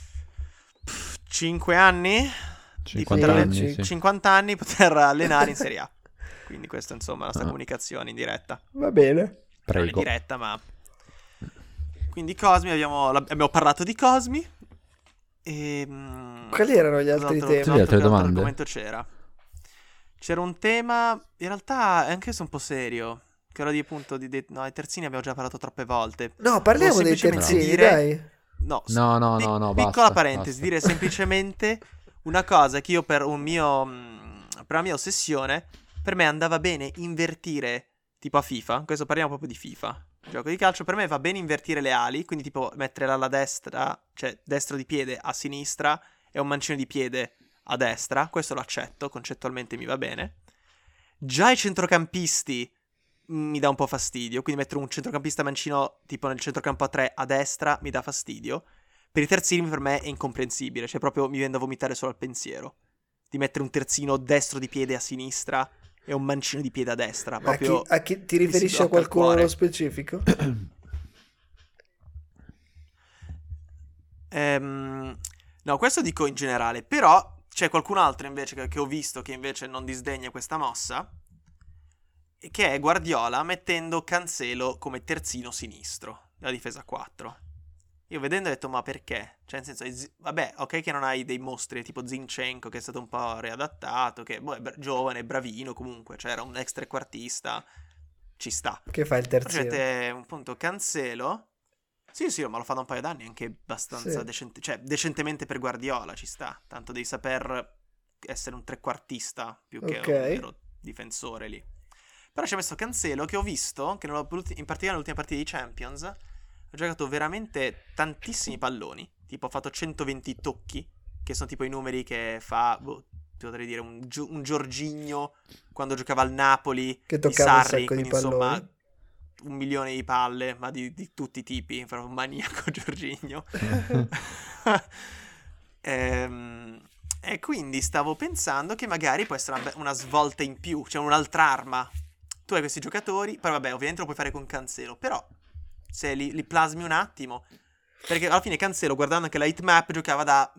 5 anni di 50 poter anni, sì. 50 anni poter allenare in Serie A. Quindi questa insomma è la nostra comunicazione in diretta. Va bene. Non in Prego. diretta, ma quindi Cosmi, abbiamo parlato di Cosmi. E Quali erano gli altri temi? Sì, altre domande? argomento c'era un tema, in realtà è anche questo un po' serio, che era di appunto no, i terzini abbiamo già parlato troppe volte. No, parliamo Volevo dei semplicemente terzini, dire- dai. No, No, piccola basta, parentesi, basta. dire semplicemente una cosa che io per una mia ossessione, per me andava bene invertire, tipo a FIFA, questo parliamo proprio di FIFA, gioco di calcio, per me va bene invertire le ali, quindi tipo mettere l'ala destra, cioè destro di piede a sinistra e un mancino di piede a destra, questo lo accetto, concettualmente mi va bene. Già i centrocampisti mi dà un po' fastidio, quindi mettere un centrocampista mancino tipo nel centrocampo a 3 a destra mi dà fastidio. Per i terzini per me è incomprensibile, cioè proprio mi viene da vomitare solo al pensiero di mettere un terzino destro di piede a sinistra e un mancino di piede a destra, proprio A chi ti mi si riferisci a blocca il qualcuno cuore. nello specifico? No, questo dico in generale, però c'è qualcun altro invece che ho visto che invece non disdegna questa mossa, e che è Guardiola mettendo Cancelo come terzino sinistro della difesa 4. Io vedendo ho detto ma perché? Cioè nel senso, vabbè, ok che non hai dei mostri tipo Zinchenko che è stato un po' riadattato, che boh, è giovane, bravino comunque, cioè era un ex trequartista, ci sta. Che fa il terzino? Avete un punto Cancelo. Sì, ma lo fa da un paio d'anni anche abbastanza Sì. decentemente per Guardiola, ci sta. Tanto devi saper essere un trequartista più che Ok. un vero difensore lì. Però ci ha messo Cancelo che ho visto, che in particolare nell'ultima partita di Champions, ha giocato veramente tantissimi palloni. Tipo ha fatto 120 tocchi, che sono tipo i numeri che fa, potrei dire, un Jorginho quando giocava al Napoli, Che di toccava un Sarri, sacco di quindi insomma palloni. 1 milione di palle, ma di tutti i tipi, proprio un maniaco Jorginho. E quindi stavo pensando che magari può essere una svolta in più, cioè un'altra arma. Tu hai questi giocatori, poi vabbè, ovviamente lo puoi fare con Cancelo, però se li plasmi un attimo, perché alla fine Cancelo, guardando anche la hitmap, giocava da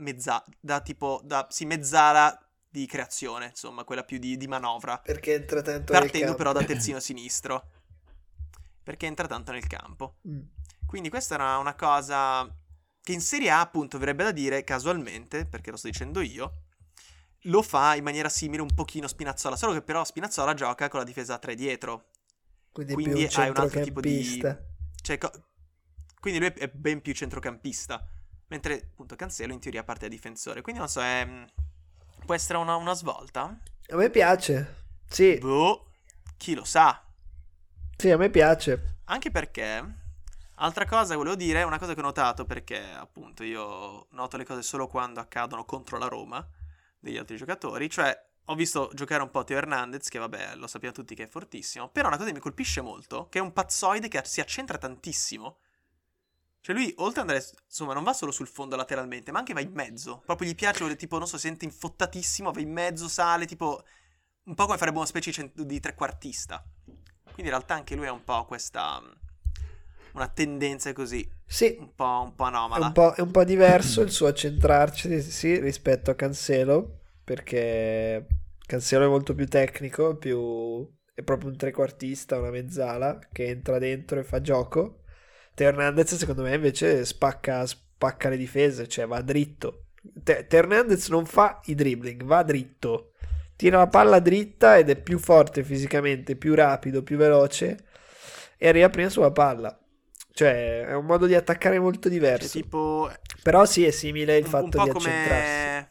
mezzala di creazione, insomma, quella più di manovra, Perché entra tanto nel partendo campo. però da terzino sinistro, perché entra tanto nel campo. Quindi questa era una cosa che in Serie A appunto verrebbe da dire casualmente, perché lo sto dicendo io, lo fa in maniera simile un pochino Spinazzola, solo che però Spinazzola gioca con la difesa a 3 dietro. Quindi Quindi più un hai un altro tipo di... centrocampista. Cioè, quindi lui è ben più centrocampista, mentre appunto Cancelo in teoria parte da difensore. Quindi non so, può essere una svolta? A me piace. Sì, Boh, chi lo sa. sì, a me piace. Anche perché, altra cosa volevo dire, una cosa che ho notato, perché appunto io noto le cose solo quando accadono contro la Roma, degli altri giocatori, cioè ho visto giocare un po' Teo Hernandez, che vabbè, lo sappiamo tutti che è fortissimo, però una cosa che mi colpisce molto, che è un pazzoide che si accentra tantissimo. Cioè lui, oltre ad andare, insomma, non va solo sul fondo lateralmente, ma anche va in mezzo. Proprio gli piace, tipo, non so, si sente infottatissimo, va in mezzo, sale, tipo, un po' come farebbe una specie di trequartista. Quindi in realtà anche lui ha un po' questa, una tendenza così, Sì, un po' anomala. è un po' diverso il suo accentrarci, sì, rispetto a Cancelo, perché Cancelo è molto più tecnico, è proprio un trequartista, una mezzala che entra dentro e fa gioco. Teo Hernandez secondo me invece spacca le difese, cioè va dritto. Teo Hernandez non fa i dribbling, va dritto. Tira la palla dritta ed è più forte fisicamente, più rapido, più veloce e arriva prima sulla palla. Cioè è un modo di attaccare molto diverso. Cioè, tipo, Però sì, è simile il un fatto po' di come... accentrarsi.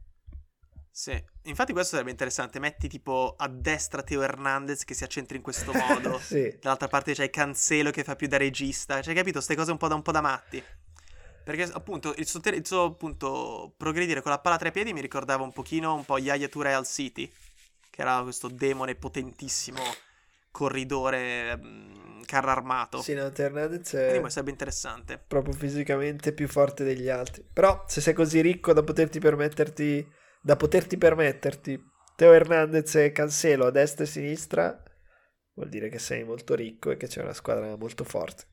Sì, infatti questo sarebbe interessante. Metti tipo a destra Teo Hernandez che si accentri in questo modo. Sì. Dall'altra parte c'hai Cancelo che fa più da regista. Cioè, capito? Ste cose un po' da matti. Perché appunto il suo appunto progredire con la palla tra i piedi mi ricordava un po' Yaya Touré al City, che era questo demone potentissimo corridore carro armato. Sì, no, Teo Hernandez Quindi è sarebbe interessante. proprio fisicamente più forte degli altri. Però se sei così ricco da poterti permetterti Teo Hernandez e Cancelo a destra e a sinistra, vuol dire che sei molto ricco e che c'è una squadra molto forte.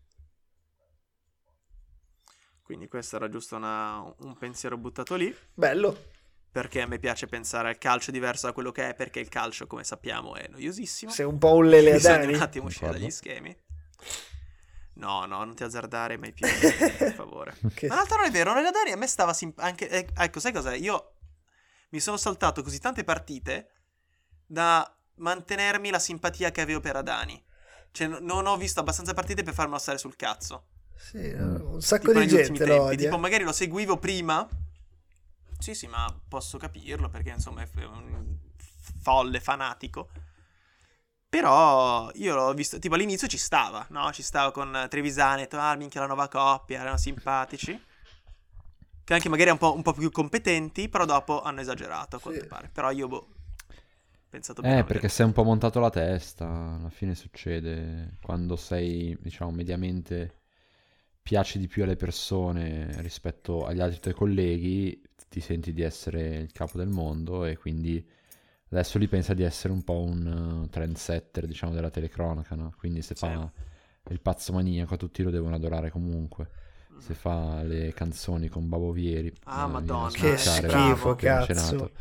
Quindi questo era giusto un pensiero buttato lì, Bello. perché a me piace pensare al calcio diverso da quello che è, perché il calcio, come sappiamo, è noiosissimo. Sei un po' un Lele Bisogna Adani. un attimo uscire Concordo. dagli schemi. No, non ti azzardare mai più, per favore. Che- Ma in realtà non è vero, Nella Dani a me stava anche... ecco, sai cos'è? Io mi sono saltato così tante partite da mantenermi la simpatia che avevo per Adani. Cioè, non ho visto abbastanza partite per farmelo stare sul cazzo. Sì, un sacco Tipo di negli ultimi gente lo tempi. odia. Tipo, magari lo seguivo prima. Sì, ma posso capirlo, perché insomma è un folle, fanatico. Però io l'ho visto, tipo all'inizio ci stava, no? Ci stava con Trevisani, ho detto, minchia la nuova coppia, erano simpatici. Che anche magari un po' più competenti, però dopo hanno esagerato, a quanto Sì. pare. Però io, ho pensato bene. Perché sei un po' montato la testa, alla fine succede quando sei, diciamo, mediamente piaci di più alle persone rispetto agli altri tuoi colleghi, ti senti di essere il capo del mondo e quindi adesso li pensa di essere un po' un trendsetter, diciamo, della telecronaca, no? Quindi se Sì. fa il pazzo maniaco tutti lo devono adorare comunque. Se fa le canzoni con Babo Vieri, Ah, Madonna, Che schifo, appena cazzo. cenato.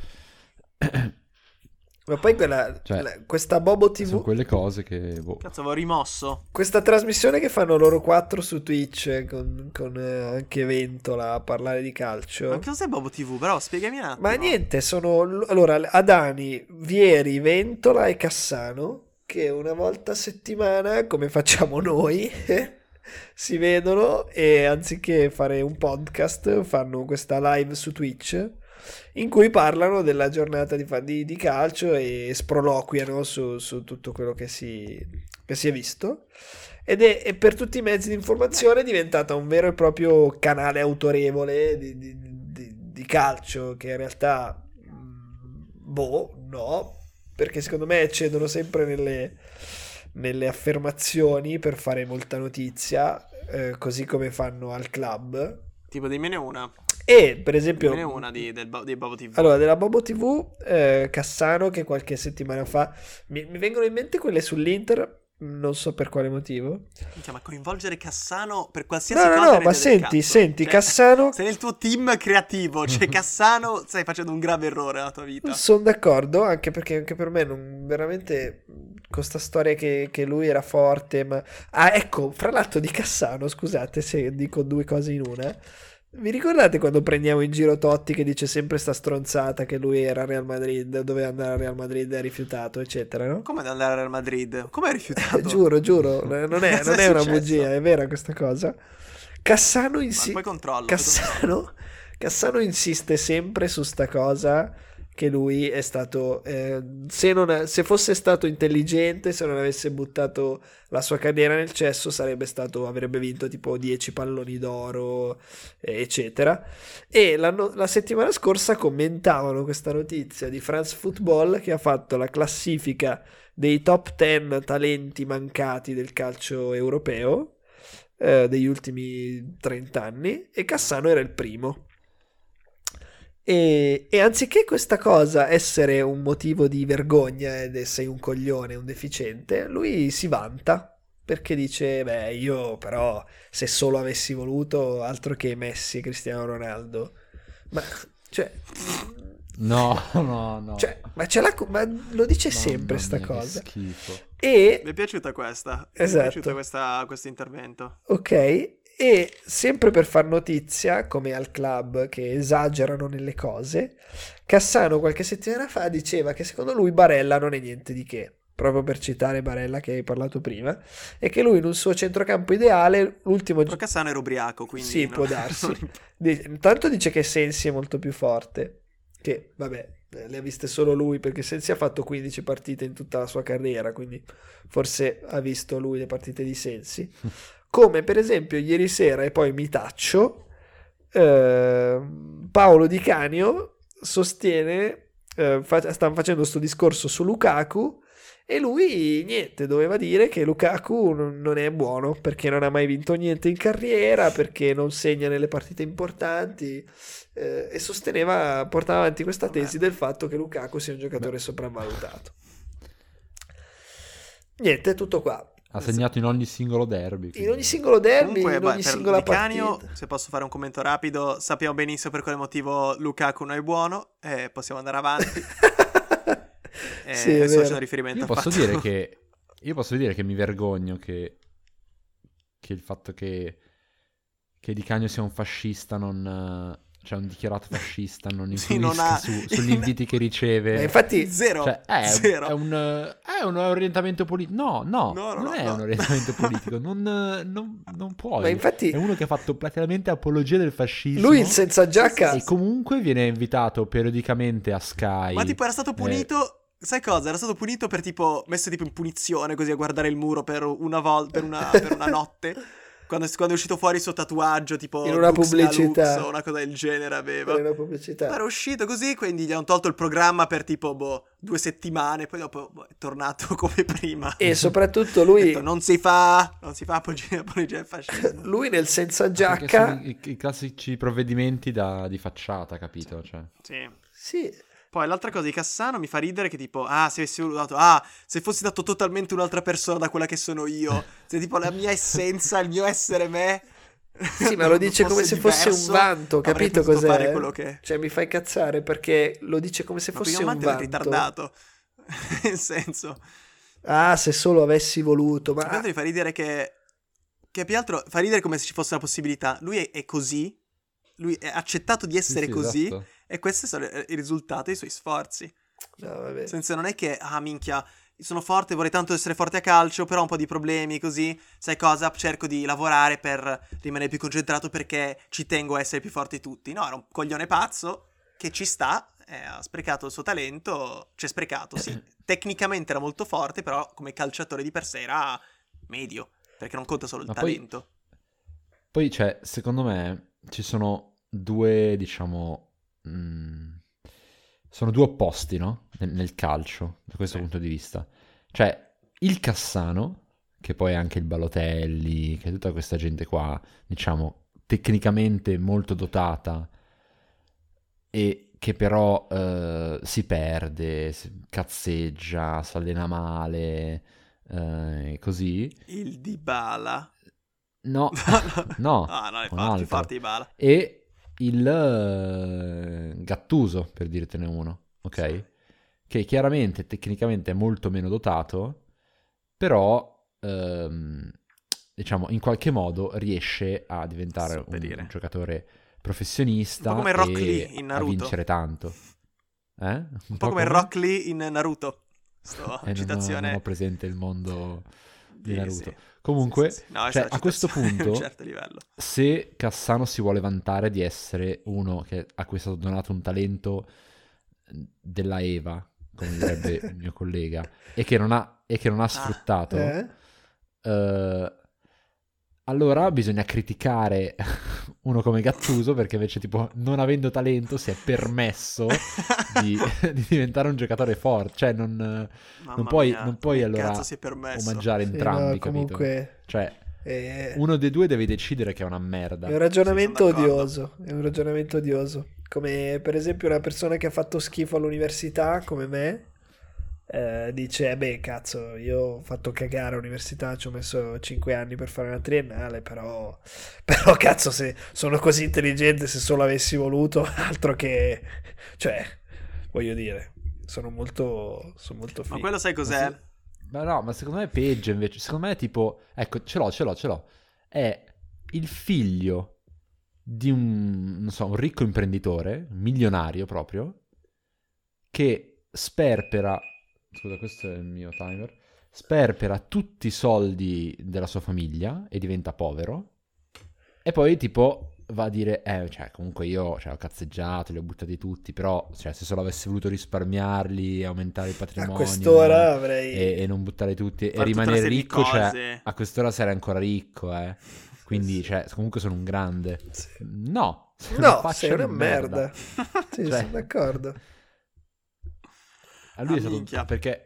Ma poi Cioè, questa Bobo Sono TV, quelle cose che... boh. Cazzo, avevo rimosso. questa trasmissione che fanno loro quattro su Twitch con anche Ventola a parlare di calcio. Ma che cos'è Bobo TV? Però spiegami un attimo. Ma niente, sono allora Adani, Vieri, Ventola e Cassano che una volta a settimana, come facciamo noi, si vedono e anziché fare un podcast fanno questa live su Twitch in cui parlano della giornata di calcio e sproloquiano su tutto quello che si è visto. E per tutti i mezzi di informazione è diventata un vero e proprio canale autorevole di calcio, che in realtà no, perché secondo me eccedono sempre nelle affermazioni per fare molta notizia, così come fanno al club. Tipo, dimmene una. E per esempio Dimmene una di Bobo TV. allora, della Bobo TV, Cassano, che qualche settimana fa mi vengono in mente quelle sull'Inter, non so per quale motivo. Minchia, ma coinvolgere Cassano per qualsiasi No, cosa ma rende del senti, cazzo. senti, Cioè, Cassano, sei nel tuo team creativo, cioè Cassano stai facendo un grave errore nella tua vita. sono d'accordo, anche perché anche per me non veramente con sta storia che lui era forte, ma ecco, fra l'altro di Cassano, scusate se dico due cose in una. Vi ricordate quando prendiamo in giro Totti che dice sempre sta stronzata che lui era al Real Madrid, doveva andare al Real Madrid e ha rifiutato, eccetera, no? Come ad andare al Real Madrid? Come hai rifiutato? Giuro, non è Cosa è una successo? bugia, è vera questa cosa. Cassano, Ma poi controllo. Cassano insiste sempre su sta cosa che lui è stato, se fosse stato intelligente, se non avesse buttato la sua carriera nel cesso, avrebbe vinto tipo 10 palloni d'oro, eccetera. E la settimana scorsa commentavano questa notizia di France Football che ha fatto la classifica dei top 10 talenti mancati del calcio europeo degli ultimi 30 anni e Cassano era il primo. E anziché questa cosa essere un motivo di vergogna ed sei un coglione, un deficiente, lui si vanta perché dice, beh, io però se solo avessi voluto, altro che Messi e Cristiano Ronaldo. Ma, cioè... No. Cioè, ma lo dice Mamma sempre sta mia, che cosa. schifo. E... Mi è piaciuta questa. Esatto. Mi è piaciuto questo intervento. Ok, e sempre per far notizia, come al club che esagerano nelle cose, Cassano qualche settimana fa diceva che secondo lui Barella non è niente di che, proprio per citare Barella che hai parlato prima, e che lui in un suo centrocampo ideale, l'ultimo Però Cassano era ubriaco, quindi... Sì, no. può darsi. Intanto dice che Sensi è molto più forte, che vabbè, le ha viste solo lui perché Sensi ha fatto 15 partite in tutta la sua carriera, quindi forse ha visto lui le partite di Sensi. Come per esempio ieri sera, e poi mi taccio, Paolo Di Canio sostiene, stanno facendo questo discorso su Lukaku e lui niente, doveva dire che Lukaku non è buono perché non ha mai vinto niente in carriera, perché non segna nelle partite importanti, e portava avanti questa tesi del fatto che Lukaku sia un giocatore sopravvalutato. Niente, tutto qua. Ha segnato in ogni singolo derby. In quindi. ogni singolo derby, Comunque, in ogni per singola Di Canio, partita. se posso fare un commento rapido, sappiamo benissimo per quale motivo Lukaku non è buono, e possiamo andare avanti. Sì, è Adesso vero. faccio riferimento Io al posso fatto... dire che mi vergogno che il fatto che Di Canio sia un fascista cioè un dichiarato fascista non Sì, influisca non ha- sugli inviti che riceve. Infatti, Zero. Cioè, Zero. è un orientamento politico. No, non è un orientamento politico. Non puoi. ma infatti È uno che ha fatto praticamente apologia del fascismo. lui il senza giacca E comunque viene invitato periodicamente a Sky. Ma tipo era stato punito... Sai cosa? Era stato punito per tipo... messo tipo in punizione così a guardare il muro per una volta, per una notte. Quando è uscito fuori il suo tatuaggio, tipo in una Lux la pubblicità. Lux o una cosa del genere aveva. per una pubblicità. Era uscito così, quindi gli hanno tolto il programma per tipo 2 settimane, poi dopo è tornato come prima. E soprattutto Ha lui, detto, non si fa apologia al fascismo. lui nel senza Perché giacca, sono i classici provvedimenti di facciata, capito? Cioè. Sì. sì, Poi l'altra cosa di Cassano mi fa ridere che tipo, se avessi voluto, se fossi stato totalmente un'altra persona da quella che sono io, se tipo la mia essenza, il mio essere me... sì, ma lo dice come se fosse un vanto, avrei capito potuto fare cos'è? quello che... Cioè mi fai cazzare perché lo dice come se Ma fosse perché un un è vanto. ritardato. Nel senso... Se solo avessi voluto, ma Più che altro mi fa ridere che più altro fa ridere come se ci fosse la possibilità. Lui è così, lui è accettato di essere Sì, così, esatto. e questo è il risultato dei suoi sforzi. no, vabbè. Senza non è che, minchia, sono forte, vorrei tanto essere forte a calcio, però ho un po' di problemi, così, sai cosa? Cerco di lavorare per rimanere più concentrato perché ci tengo a essere più forti tutti. No, era un coglione pazzo che ci sta, ha sprecato il suo talento, cioè sprecato, sì. Tecnicamente era molto forte, però come calciatore di per sé era medio, perché non conta solo il Ma poi- talento. Poi, cioè, secondo me ci sono due, diciamo, sono due opposti, no? Nel calcio, da questo Sì. punto di vista. Cioè, il Cassano, che poi è anche il Balotelli, che è tutta questa gente qua, diciamo, tecnicamente molto dotata, e che però si perde, cazzeggia, si allena male, così. Il Dybala. No, no, No, è un più altro. forte Dybala. E il Gattuso, per dirtene uno, ok? Che chiaramente tecnicamente è molto meno dotato, però diciamo in qualche modo riesce a diventare Sopperire. un giocatore professionista Un po' come Rock e Lee in a Naruto. vincere tanto. Un po' come Rock Lee in Naruto. Citazione. Non ho presente il mondo di Naruto. Sì. Comunque, Sì. No, cioè, questa è a questo citazione di punto, un certo livello. se Cassano si vuole vantare di essere uno a cui è stato donato un talento della Eva, come direbbe il mio collega, e che non ha sfruttato, allora bisogna criticare uno come Gattuso perché invece tipo non avendo talento si è permesso di diventare un giocatore forte, cioè non puoi come allora cazzo si è permesso? omaggiare Sì, entrambi, no, comunque capito? Cioè è uno dei due deve decidere che è una merda. un ragionamento Sì, sono d'accordo. odioso, è un ragionamento odioso. Come per esempio una persona che ha fatto schifo all'università come me, dice, beh cazzo, io ho fatto cagare all'università, ci ho messo 5 anni per fare una triennale, però cazzo, se sono così intelligente, se solo avessi voluto, altro che, cioè, voglio dire, sono molto Ma figo. quello sai cos'è? Ma no, ma secondo me è peggio invece. Secondo me è tipo, ecco, ce l'ho. È il figlio di non so, un ricco imprenditore, milionario proprio, che sperpera, scusa, questo è il mio timer, sperpera tutti i soldi della sua famiglia e diventa povero, e poi tipo va a dire, cioè comunque io ho cazzeggiato, li ho buttati tutti, però cioè, se solo avessi voluto risparmiarli, aumentare il A patrimonio quest'ora avrei... e non buttare tutti e Fare tutta una rimanere serie di ricco, cioè cose. a quest'ora sarei ancora ricco, quindi Sì. cioè comunque sono un grande. Sì. No, No, faccia sei una merda. Sì, Cioè, sono d'accordo. A lui è stato minchia. perché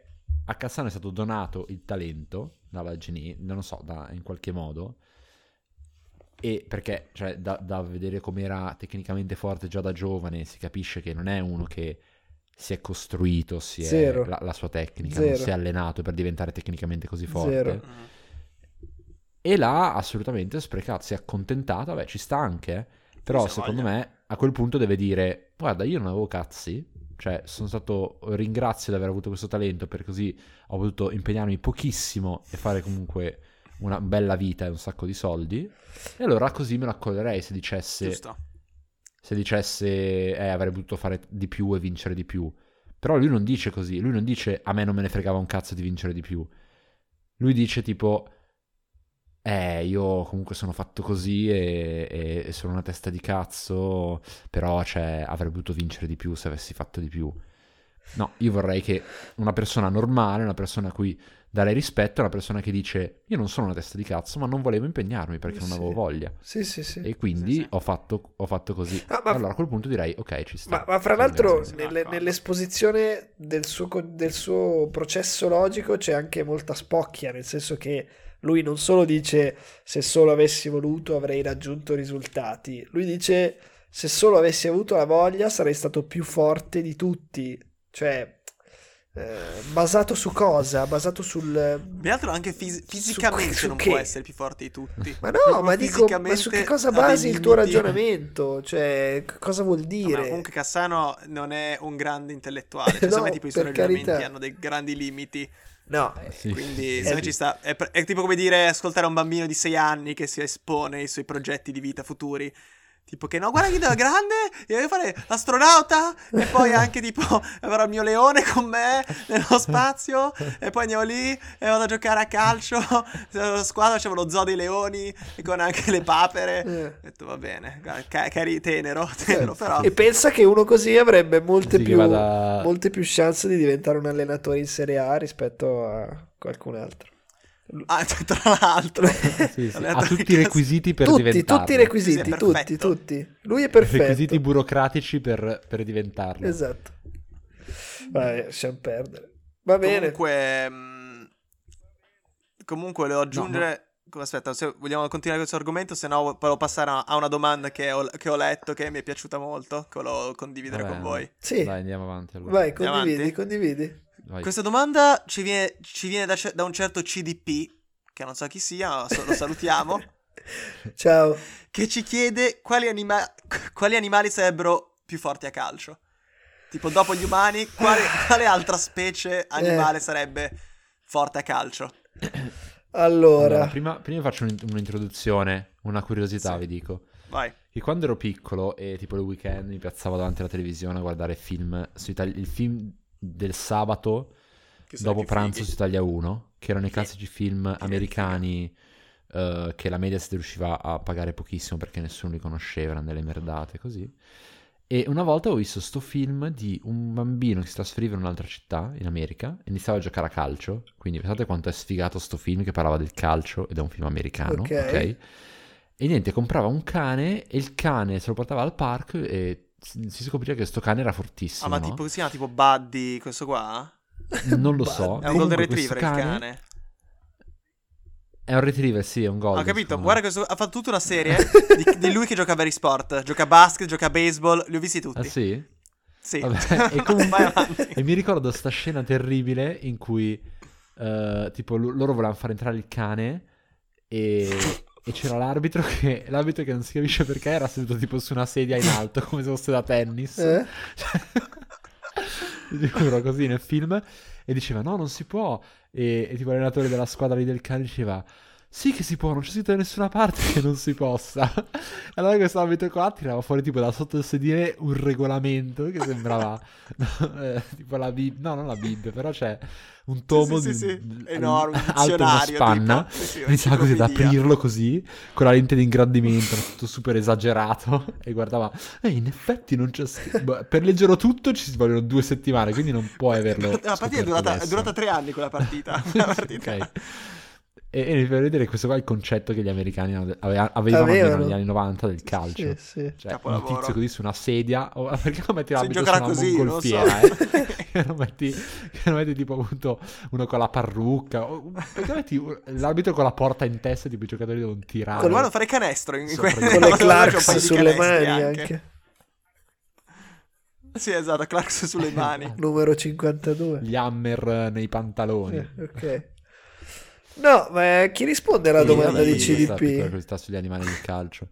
a Cassano è stato donato il talento dalla Genie, non lo so, in qualche modo, e perché cioè, da vedere com'era tecnicamente forte già da giovane si capisce che non è uno che si è costruito, Zero. la sua tecnica, Zero. non si è allenato per diventare tecnicamente così forte. Zero. Mm. E l'ha assolutamente sprecato, si è accontentata, beh ci sta anche, però se secondo voglia. me a quel punto deve dire, guarda io non avevo cazzi, cioè ringrazio di aver avuto questo talento per così ho potuto impegnarmi pochissimo e fare comunque una bella vita e un sacco di soldi, e allora così me lo accoglierei se dicesse Giusto. avrei potuto fare di più e vincere di più. Però lui non dice così, lui non dice a me non me ne fregava un cazzo di vincere di più, lui dice tipo io comunque sono fatto così e sono una testa di cazzo, però cioè avrei potuto vincere di più se avessi fatto di più. No, io vorrei che una persona normale, una persona a cui dare rispetto, è una persona che dice io non sono una testa di cazzo ma non volevo impegnarmi perché non Sì. avevo voglia. Sì, sì, sì. E quindi Sì, sì. ho fatto così. Ah, ma- Allora a quel punto direi ok, ci sta. Ma fra l'altro sono d'accordo. nell'esposizione del suo processo logico c'è anche molta spocchia, nel senso che lui non solo dice se solo avessi voluto avrei raggiunto risultati, lui dice se solo avessi avuto la voglia sarei stato più forte di tutti, cioè basato su cosa? Basato sul... Più che altro anche fisicamente su non che? può essere più forte di tutti. Ma no, Proprio ma dico, ma su che fisicamente cosa ha dei basi il tuo limiti. ragionamento? Cioè, cosa vuol No, ma dire? comunque Cassano non è un grande intellettuale. Cioè, secondo me No, tipo i suoi per ragionamenti carità. hanno dei grandi limiti. No, Sì. Quindi secondo me ci sta. È tipo come dire ascoltare un bambino di 6 anni che si espone ai suoi progetti di vita futuri. Tipo che no, guarda che da grande io voglio fare l'astronauta e poi anche tipo avrò il mio leone con me nello spazio e poi andiamo lì e vado a giocare a calcio. La squadra c'avevo lo zoo dei leoni e con anche le papere. Ho detto va bene, tenero però. E pensa che uno così avrebbe molte Sì, che più, vada- molte più chance di diventare un allenatore in Serie A rispetto a qualcun altro. Ah, tra l'altro Sì, sì. Ha tutti i Cazzo. requisiti per Tutti, diventarlo. tutti i requisiti, Sì, è tutti, perfetto. tutti. Lui è perfetto. Requisiti burocratici per diventarlo. Esatto. Vai, lasciamo perdere. Va bene. Comunque volevo aggiungere. Aspetta, se vogliamo continuare questo argomento, se no volevo passare a una domanda che ho letto che mi è piaciuta molto, che volevo condividere Vabbè, con voi. Sì, Dai, andiamo avanti allora. vai, Andiamo condividi, avanti? condividi. Vai. Questa domanda ci viene da un certo CDP, che non so chi sia, ma lo salutiamo, Ciao. che ci chiede quali animali sarebbero più forti a calcio. Tipo, dopo gli umani, quale altra specie animale sarebbe forte a calcio? Allora, prima faccio un'introduzione, una curiosità, Sì. vi dico. Vai. Che quando ero piccolo e tipo il weekend mi piazzavo davanti alla televisione a guardare film il film del sabato Che sono i dopo più pranzo fighi. su Italia 1, che erano i Sì. classici film americani che la Mediaset riusciva a pagare pochissimo perché nessuno li conosceva, erano delle merdate così. E una volta ho visto sto film di un bambino che si trasferiva in un'altra città in America e iniziava a giocare a calcio, quindi pensate quanto è sfigato sto film che parlava del calcio ed è un film americano, Ok. ok? E niente, comprava un cane e il cane se lo portava al parco e si scopriva che sto cane era fortissimo, Ma no? tipo, si chiama tipo Buddy, questo qua? Non lo so. È un golden Comunque questo retriever il cane. È un retriever, sì, è un golden. Ho capito, secondo guarda me. questo, ha fatto tutta una serie di lui che gioca a vari sport. Gioca a basket, gioca a baseball, li ho visti tutti. Ah sì? Sì. Vabbè, e comunque Vai avanti. e mi ricordo sta scena terribile in cui tipo loro volevano far entrare il cane e c'era l'arbitro che non si capisce perché era seduto tipo su una sedia in alto come se fosse da tennis. Ti giuro, così nel film, e diceva no, non si può, e tipo l'allenatore della squadra lì del cane diceva sì che si può, non c'è scritto da nessuna parte che non si possa. Allora questo ambito qua tirava fuori tipo da sotto il sedile un regolamento che sembrava tipo la Bibbia, no non la Bibbia, però c'è un tomo Sì. di Enorme, un alto una dizionario, spanna. tipo. Sì, Iniziava così ad enciclopedia. aprirlo così con la lente di ingrandimento, tutto super esagerato, e guardava in effetti non c'è scritto. Per leggerlo tutto ci si vogliono 2 settimane, quindi non puoi averlo La partita è scoperto durata adesso. 3 anni quella partita. Una partita. Ok. E mi fa vedere questo qua è il concetto che gli americani avevano almeno negli anni 90 del calcio. Sì. Cioè, un Capolavoro. tizio così su una sedia, perché lo metti Si l'arbitro su giocherà una così, non lo so. mongolfiera, che lo metti tipo appunto uno con la parrucca, perché metti l'arbitro con la porta in testa, tipo i giocatori devono tirare. Volevano fare canestro in Sopra quelle gli Con le No, Clarks sulle mani anche. Sì, esatto, Clarks sulle mani. Numero 52. Gli hammer nei pantaloni. Ok. No, ma chi risponde alla domanda di Questa piccola CDP? curiosità sugli animali del calcio.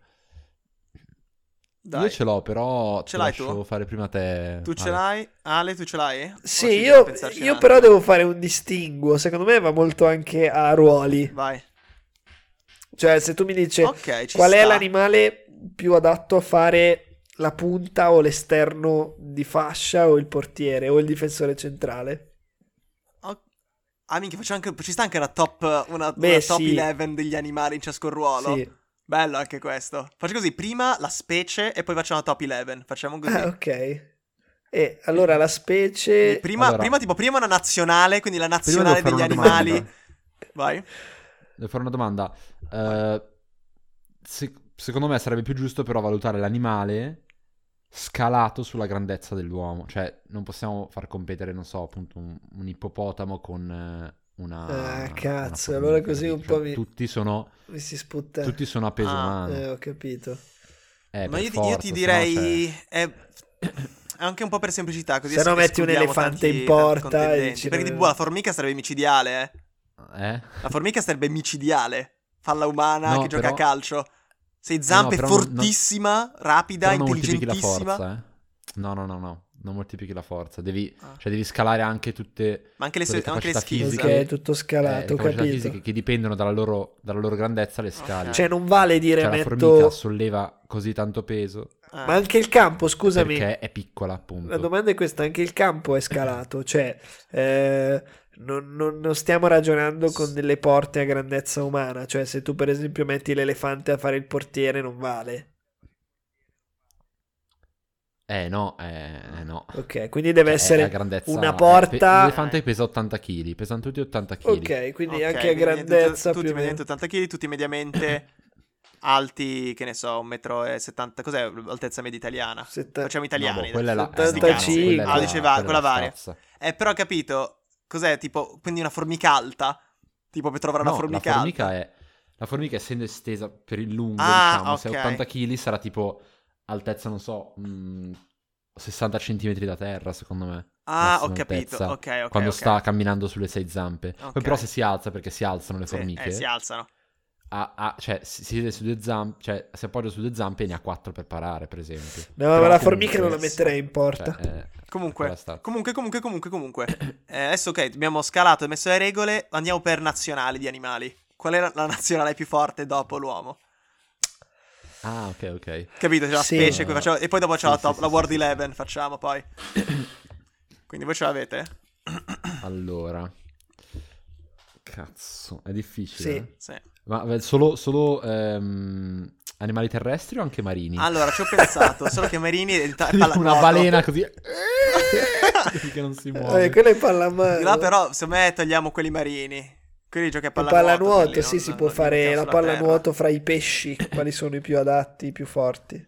Dai. Io ce l'ho, però Ce ti l'hai lascio tu? fare prima te. Tu ce Ale. l'hai? Ale, tu ce l'hai? Sì, O ci io, devo pensarci un io attimo? però devo fare un distinguo. Secondo me va molto anche a ruoli. Vai. Cioè, se tu mi dici Ok, ci qual è sta. l'animale più adatto a fare la punta o l'esterno di fascia o il portiere o il difensore centrale? Ah, minchia, ci sta anche una top Beh, top sì. 11 degli animali in ciascun ruolo. Sì. Bello anche questo. Faccio così, prima la specie e poi facciamo la top 11. Facciamo così. Ah, ok. E allora la specie... Prima, Allora. prima una nazionale, quindi la Prima nazionale devo degli fare una animali. domanda. Vai. Devo fare una domanda. Secondo me sarebbe più giusto però valutare l'animale scalato sulla grandezza dell'uomo. Cioè, non possiamo far competere, non so, appunto un ippopotamo con una cazzo, una allora formica, così un capito? po' Cioè, mi tutti sputta. sono a peso umano. Ho capito. Ma Per io ti forza, se no direi... È anche un po' per semplicità, così Se no metti un escludiamo elefante in tanti porta contendenti. e dici, Perché no, tipo la formica sarebbe micidiale, La formica sarebbe micidiale. Falla umana No, che gioca però- a calcio. Sei zampe, però fortissima, rapida, Però non moltiplichi la intelligentissima. forza, No, non moltiplichi la forza. Devi, Ah. cioè, devi scalare anche tutte Ma anche le, quelle anche le capacità skills. fisiche. Ok, tutto scalato, ho le capacità capito. fisiche che dipendono dalla loro grandezza, le scali. Cioè non vale dire Cioè, la metto... formica solleva così tanto peso Ma anche il campo, scusami. perché è piccola, appunto. La domanda è questa, anche il campo è scalato, cioè non stiamo ragionando con delle porte a grandezza umana, cioè se tu per esempio metti l'elefante a fare il portiere non vale. No. Ok, quindi deve Cioè, essere è a grandezza, una porta... l'elefante pesa 80 kg, pesano tutti 80 kg. Ok, quindi Ok, anche a quindi grandezza tutti più o meno. mediamente 80 kg, tutti mediamente alti, che ne so, 1,70 m. Cos'è l'altezza media italiana? Facciamo italiani. No, quella è la 75. quella è la- diceva, quella quella è la varia. stazza. Però ho capito, cos'è tipo, quindi una formica alta? Tipo per trovare una No, formica la formica alta? la formica essendo estesa per il lungo, Ah, diciamo, se ok. è 80 kg sarà tipo altezza, non so, 60 cm da terra, secondo me. Ah, ho massima capito, altezza, ok. quando ok. sta camminando sulle 6 zampe. Ok. Poi però se si alza, perché si alzano le Sì, formiche, si alzano. cioè si siede su 2 zampe, cioè si appoggia su 2 zampe e ne ha 4 per parare, per esempio. No, Però ma la comunque- formica non la metterei in porta. cioè, Comunque, quella sta- comunque. Adesso ok, abbiamo scalato e messo le regole, andiamo per nazionali di animali. Qual è la nazionale più forte dopo l'uomo? Ah, ok. Capito? C'è la Sì. specie cui facciamo, e poi dopo c'è la Sì, top, sì, la sì, World sì, 11 facciamo poi. Quindi voi ce l'avete? Allora, cazzo, è difficile. Sì. eh? Sì. Ma solo animali terrestri o anche marini? Allora, ci ho pensato, solo che Marini è Una balena così che non si muove. Quella è pallamano. Là però, secondo me togliamo quelli marini. Quelli giochi a La pallanuoto. pallanuoto, quelli sì, non- si può non li fare mettiamo la sulla terra. pallanuoto fra i pesci, quali sono i più adatti, i più forti.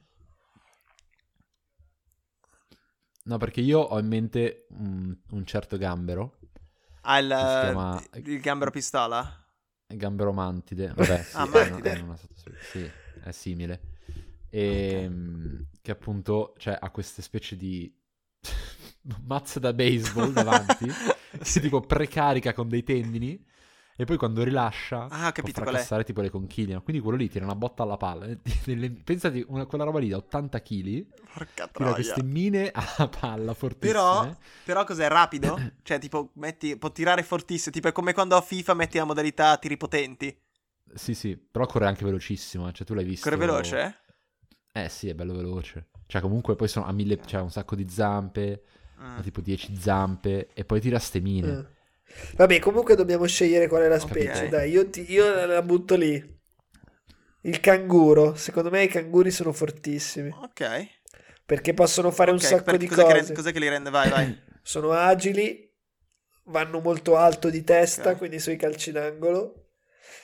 No, perché io ho in mente un certo gambero, Ah, si chiama- il gambero pistola? gambero mantide. Vabbè, sì, Ah, mantide. una sì, è simile. E che appunto, cioè, ha queste specie di mazze da baseball davanti, Sì. che tipo precarica con dei tendini. E poi quando rilascia Ah, ho capito può qual è. fracassare tipo le conchiglie. Quindi quello lì tira una botta alla palla. Pensati, quella roba lì da 80 kg. Porca Tira troia. queste mine alla palla fortissime. Però cos'è, rapido? Cioè, tipo, può tirare fortissimo. Tipo, è come quando a FIFA metti la modalità tiri potenti. Sì, però corre anche velocissimo. Cioè, tu l'hai visto. Corre veloce? Sì, è bello veloce. Cioè, comunque poi sono a 1000, cioè un sacco di zampe, Mm. ha tipo 10 zampe, e poi tira ste mine. Eh. Vabbè, comunque dobbiamo scegliere qual è la Ok. specie. Dai, io la butto lì. Il canguro. Secondo me i canguri sono fortissimi. Ok. Perché possono fare un Ok, sacco di cos'è cose. cos'è che li rende? Vai. Sono agili, vanno molto alto di testa, Ok. quindi sui calci d'angolo.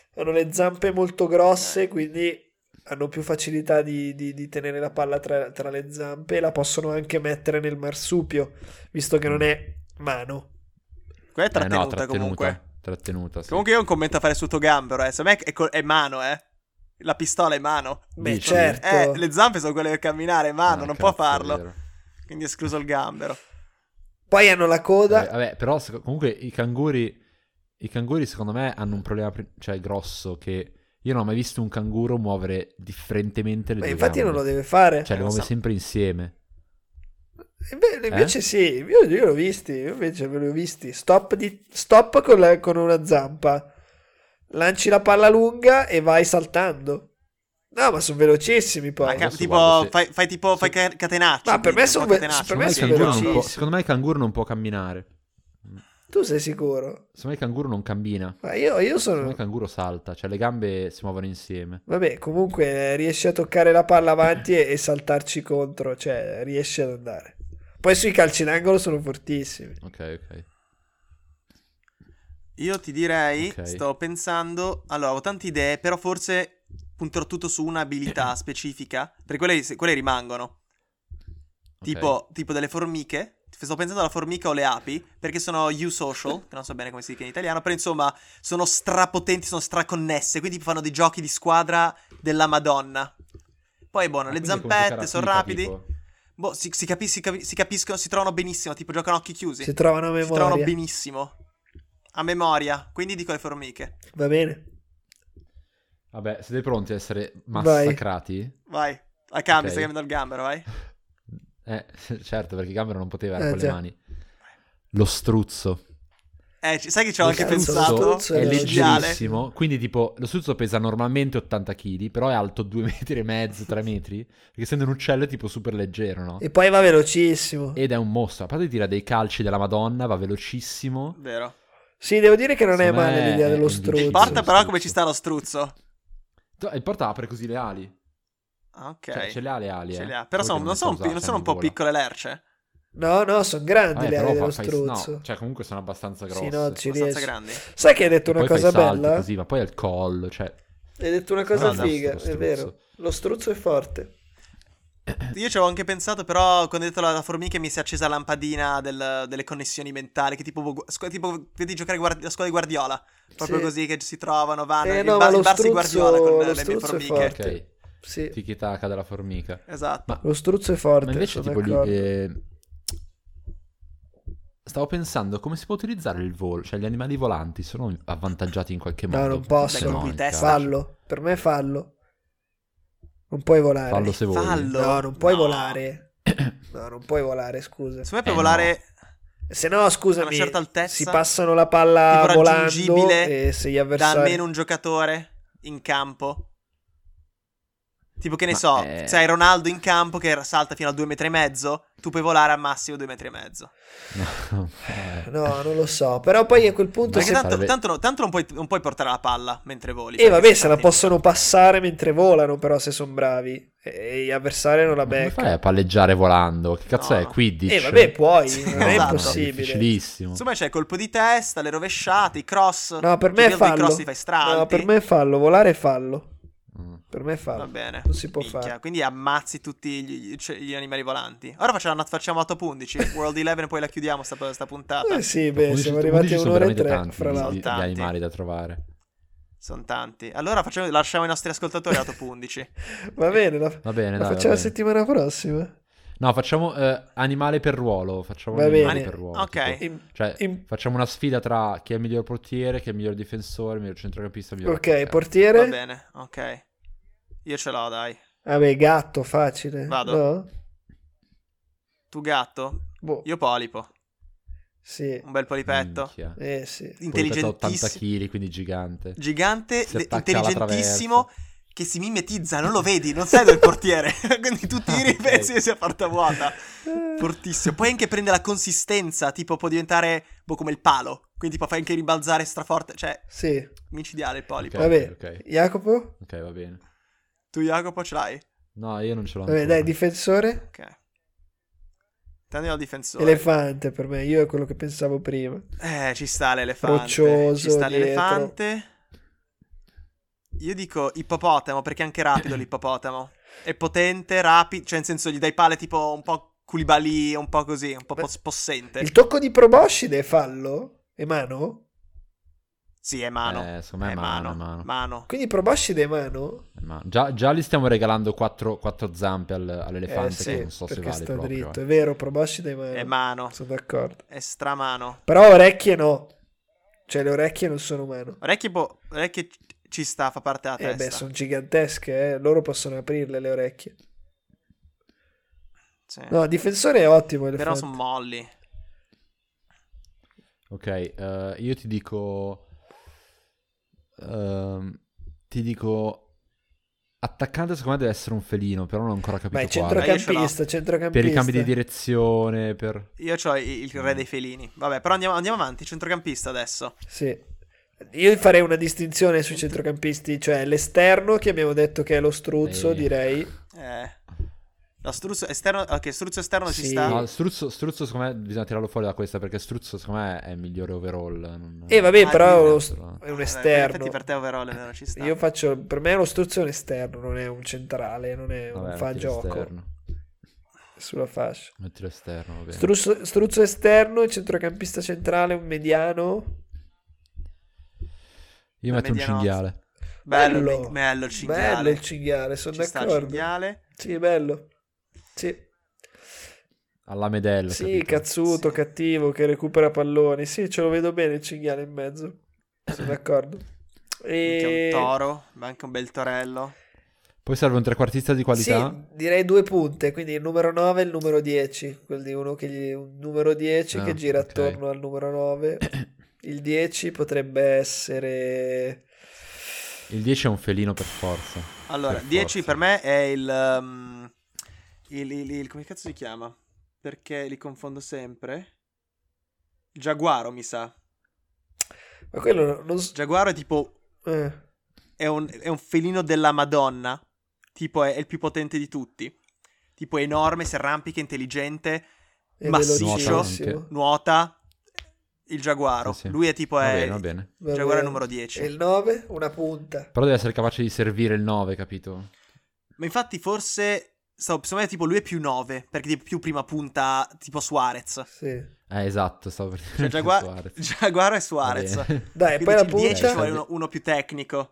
hanno le zampe molto grosse, quindi hanno più facilità di tenere la palla tra le zampe e la possono anche mettere nel marsupio, visto che non è mano. Quella è No, trattenuta comunque. Trattenuta, sì. Comunque io ho un commento a fare su Togambero, secondo me è mano, La pistola è mano. Beh, Dici? certo. Le zampe sono quelle per camminare, è mano, Ah, non cazzo, può è farlo. vero. Quindi è escluso il gambero. Poi hanno la coda. Vabbè, però comunque i canguri secondo me hanno un problema cioè grosso, che io non ho mai visto un canguro muovere differentemente le Ma due infatti non gambe. lo deve fare. Cioè le lo muove so. sempre insieme. Invece sì, io l'ho visti, io invece ve li ho visti. Stop con una zampa. Lanci la palla lunga e vai saltando. No, ma sono velocissimi poi. Adesso Tipo, guardo se- fai catenacci. Ma per me quindi, sono un po' ve- catenacci. per me Secondo me, sono il canguro non può, velocissimi. secondo me il canguro non può camminare. Tu sei sicuro? Secondo me il canguro non cammina. Ma io Secondo me sono... il canguro salta, cioè le gambe si muovono insieme. Vabbè, comunque riesci a toccare la palla avanti e saltarci contro, cioè riesci ad andare. Poi sui calci d'angolo sono fortissimi. Ok. Io ti direi, Ok. sto pensando, allora ho tante idee, però forse punterò tutto su un'abilità specifica, perché quelle rimangono. Tipo delle formiche. Sto pensando alla formica o le api, perché sono eusocial, che non so bene come si dice in italiano, però insomma sono strapotenti, sono straconnesse, quindi fanno dei giochi di squadra della Madonna. Poi buono, le zampette sono rapidi. Boh, si capiscono, si trovano benissimo, tipo giocano a occhi chiusi. Si trovano a Si trovano memoria. benissimo. A memoria, quindi dico le formiche. Va bene. Vabbè, siete pronti a essere Vai. massacrati? Vai, a cambio, Ok. stai cambiando il gambero, vai. Certo, perché il gambero non poteva, era con le già. mani. Lo struzzo. Sai che ci ho Lo anche struzzo, pensato? lo struzzo È è Geniale. leggerissimo, quindi tipo lo struzzo pesa normalmente 80 kg, però è alto 2 metri e mezzo, 3 metri, perché essendo un uccello è tipo super leggero, no? E poi va velocissimo. Ed è un mostro, a parte tira dei calci della Madonna, va velocissimo. Vero. Sì, devo dire che non è Secondo male me l'idea è dello invincibile. struzzo. Importa però struzzo. come ci sta lo struzzo. Il porta apre così le ali, Ah, ok. cioè ce le ha le ali, Ce eh. li ha. Però Poi che non sa usare, sono cioè, un po' vola. piccole lerce. No, sono grandi Vabbè, le ali però dello fai- struzzo. no, cioè comunque sono abbastanza grosse. Sì, no, ci Abbastanza riesci. grandi. Sai che hai detto E una poi cosa fai salti bella? così, ma poi al collo, cioè... Hai detto una cosa Guarda, figa, lo è struzzo. vero. Lo struzzo è forte. Io ci avevo anche pensato, però quando hai detto la formica mi si è accesa la lampadina delle connessioni mentali, che tipo vedi giocare la scuola di Guardiola, proprio Sì. così che si trovano, vanno, No, ma il bar di lo Guardiola con struzzo le mie è formiche. forte. Ok, Sì, tiki-taka della formica. Esatto. lo struzzo è forte. Ma invece sono tipo lì... d'accordo. Stavo pensando come si può utilizzare il volo, cioè gli animali volanti sono avvantaggiati in qualche modo. No, non Beh, possono. colpi di testa. Fallo. Per me fallo. Non puoi volare. Fallo se vuoi. Fallo. No, non puoi No. volare. No, non puoi volare, scusa. Secondo me puoi no. volare Se no, scusami, a una certa altezza, si passano la palla tipo volando raggiungibile e se gli da avversari... almeno un giocatore in campo. Tipo che ne Ma, so, c'hai Ronaldo in campo che salta fino a 2,5 metri, tu puoi volare al massimo 2,5 metri. No, No, non lo so. Però poi a quel punto... Perché se... sarebbe- tanto non puoi portare la palla mentre voli. E vabbè, perché se la salti- possono passare mentre volano, però se sono bravi. E gli avversari non la Ma come fai beccano. a palleggiare volando? Che cazzo No. è? Quidditch? Vabbè, puoi, non è Esatto. impossibile. Difficilissimo. Insomma c'è colpo di testa, le rovesciate, i cross. No, per Chi me è build i fallo. cross li fai stralti. No, per me è fallo. Volare è fallo. Mm. Per me è fallo. Va bene. Non si può Minchia, fare. Quindi ammazzi tutti gli animali volanti. Ora facciamo la top 11. World 11 e poi la chiudiamo sta puntata. Sì, beh, 11 siamo arrivati 11 a sono un'ora e veramente tre, tanti fra di- l'altro. di Tanti. animali da trovare. Sono tanti. Allora lasciamo i nostri ascoltatori la top 11. Va bene, Va bene, la dai, facciamo va la bene. settimana prossima. No, facciamo animale per ruolo. Facciamo Va un animale bene. per ruolo. Ok. tipo. In- Cioè, in- facciamo una sfida tra chi è il miglior portiere, chi è il miglior difensore, il miglior centrocampista, il miglior Ok, attaccante. Va portiere? bene, ok. Io ce l'ho, dai. Vabbè, gatto, facile. Vado. No? Tu gatto? Boh, Io polipo. sì. Un bel polipetto. Minchia. Sì. Polipetto 80 Intelligentissimo. kg, quindi gigante. Gigante, Si attacca alla intelligentissimo. Che si mimetizza, non lo vedi, non sai dove è il portiere. Quindi tu tiri e Ok. pensi che sia porta vuota. Fortissimo. Poi anche prende la consistenza, tipo può diventare come il palo. Quindi tipo fai anche rimbalzare straforte. Cioè, Sì. micidiale il polipo. Ok. Vabbè, ok. Jacopo? Ok, va bene. Tu Jacopo ce l'hai? No, io non ce l'ho Vabbè, ancora. dai, difensore? Ok. Andiamo al difensore. Elefante per me, io è quello che pensavo prima. Ci sta l'elefante. Roccioso, Ci sta dietro. l'elefante. Io dico ippopotamo, perché è anche rapido l'ippopotamo. È potente, rapido, cioè nel senso gli dai palle tipo un po' Koulibaly, un po' così, un po' possente. Il tocco di Proboscide è fallo? È mano? Sì, è mano. Secondo me è mano. Mano. Quindi Proboscide è mano? Già gli stiamo regalando quattro zampe all'elefante, Sì, che non so se perché vale sta proprio. dritto. È vero, Proboscide è mano. È mano. Sono d'accordo. È stramano. Però orecchie no. Cioè le orecchie non sono mano. Orecchie ci sta, fa parte della testa. Beh, sono gigantesche, loro possono aprirle le orecchie. Sì. No, difensore è ottimo. Però elefante. sono molli. Ok, io ti dico... attaccante secondo me deve essere un felino, però non ho ancora capito Beh, quale. centrocampista. Per i cambi di direzione, Io ho il re dei felini. Vabbè, però andiamo avanti. Centrocampista adesso. Sì. Io farei una distinzione sui centrocampisti, cioè l'esterno che abbiamo detto che è lo struzzo, direi. No, struzzo esterno. Ok, struzzo esterno Sì. ci sta. No, Struzzo secondo me bisogna tirarlo fuori da questa, perché Struzzo secondo me è il migliore overall. Vabbè, però dillo. è un Vabbè, esterno. infatti per te overall è vero, ci sta. Io faccio, per me lo struzzo è un esterno, non è un centrale, non Vabbè, fa metti gioco l'esterno. sulla fascia. Metti l'esterno, va bene. Struzzo esterno, centrocampista centrale, un mediano. Io metto un mediano. cinghiale. Bello Bello il cinghiale. Bello il cinghiale, sono Ci sta il d'accordo. cinghiale. Sì, bello. Sì. Alla medella. Sì, capito? cazzuto, Sì. cattivo, che recupera palloni. Sì, ce lo vedo bene il cinghiale in mezzo. Sono d'accordo. Anche un toro, ma anche un bel torello. Poi serve un trequartista di qualità. Sì, direi 2 punte, quindi il numero 9 e il numero 10. Quindi un numero 10 che gira ok. attorno al numero 9. Il 10 potrebbe essere... Il 10 è un felino per forza. Allora, Per 10 forza. per me è il come cazzo si chiama? Perché li confondo sempre. Il giaguaro, mi sa. Ma quello non... Giaguaro è tipo è un felino della Madonna. Tipo è il più potente di tutti. Tipo è enorme, si arrampica, intelligente, è massiccio, velocissimo. nuota. Il giaguaro. Sì, sì. Lui è tipo Va è bene, va bene. Va il giaguaro è il bene. numero 10. E il 9? Una punta. Però deve essere capace di servire il 9, capito? Ma infatti forse secondo me tipo lui è più 9, perché è più prima punta tipo Suarez. Sì. Esatto, stavo per Cioè dire Giaguaro Suarez. e Suarez. Va bene. Dai, Quindi poi la il 10 ci punta... vuole uno più tecnico.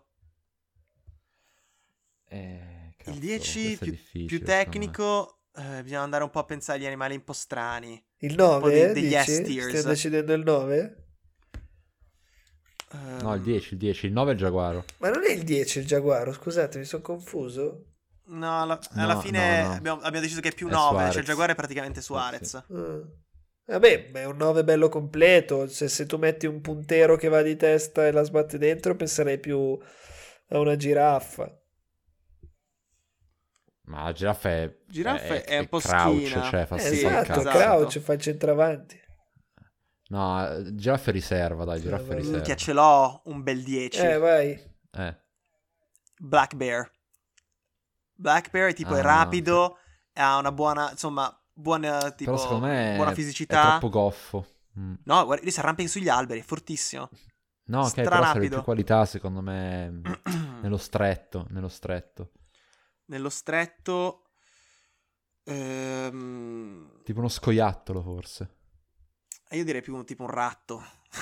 Cazzo, Il 10 questo è difficile, più tecnico. Bisogna andare un po' a pensare agli animali un po' strani. Il Un po' 9, degli dici? S-tiers. Stiamo decidendo il 9? secondo me. No, il 10, il 9 è il giaguaro. Ma non è il 10 il giaguaro, scusate, mi sono confuso. No, alla No, fine no. abbiamo deciso che è più È 9. Suarez. Cioè il giaguaro è praticamente Suarez. Ah. Vabbè, ma è un 9 bello completo. Se tu metti un puntero che va di testa e la sbatte dentro, penserei più a una giraffa. Ma la giraffa è un po' crouch, schina. cioè fa Sì, schifo al Esatto, cazzo. crouch, fa il centravanti. No, giraffa è riserva, dai, giraffa è Minchia, riserva. Minchia, ce l'ho un bel 10. Vai. Black Bear. Black Bear è tipo è Ah, rapido, ha una buona, insomma, buona tipo Però secondo me buona è fisicità. troppo goffo. No, guarda, lui si arrampica sugli alberi, è fortissimo. No, ok, però Strarapido. serve più qualità, secondo me, nello stretto. Nello stretto Tipo uno scoiattolo, forse. io direi più tipo un ratto.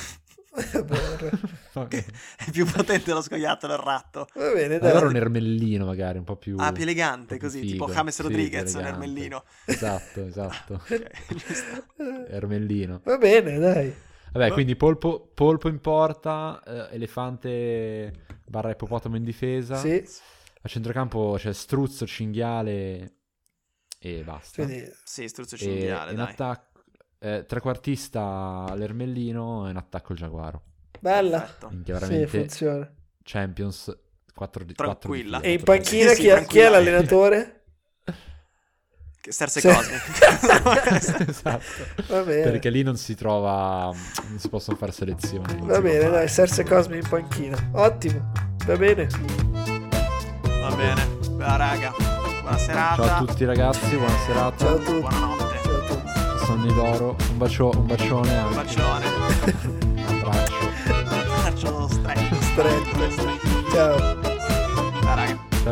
Va È più potente lo scoiattolo del ratto. bene, dai. Allora un ermellino, magari, un po' più... Più elegante, un po' più così, figo. tipo James Sì, Rodriguez, più un elegante. ermellino. Esatto. Ok, giusto. Ermellino. Va bene, dai. Vabbè, quindi polpo in porta, elefante barra ippopotamo in difesa. Sì. A centrocampo c'è struzzo, cinghiale e basta. Quindi, Sì, struzzo E cinghiale, in dai. attacco trequartista l'ermellino e in attacco il giaguaro. bella. Perfetto. Minchia, Sì, veramente funziona. Champions 4 Tranquilla. E in panchina Sì, chi è tranquilla. l'allenatore? Serse Sì. Cosmi. Esatto. Va bene. Perché lì non si possono fare selezioni. non Va si può bene, fare. dai, Serse Cosmi in panchina. Ottimo. Va bene. Va bene. Bella raga. Buona serata. Ciao a tutti ragazzi, buona serata. Ciao a tutti. Buonanotte. Ciao a tutti. Sonni d'oro, un bacione Un anche. bacione. Un abbraccio. Un bacio stretto. Stretto. Ciao.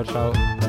ciao.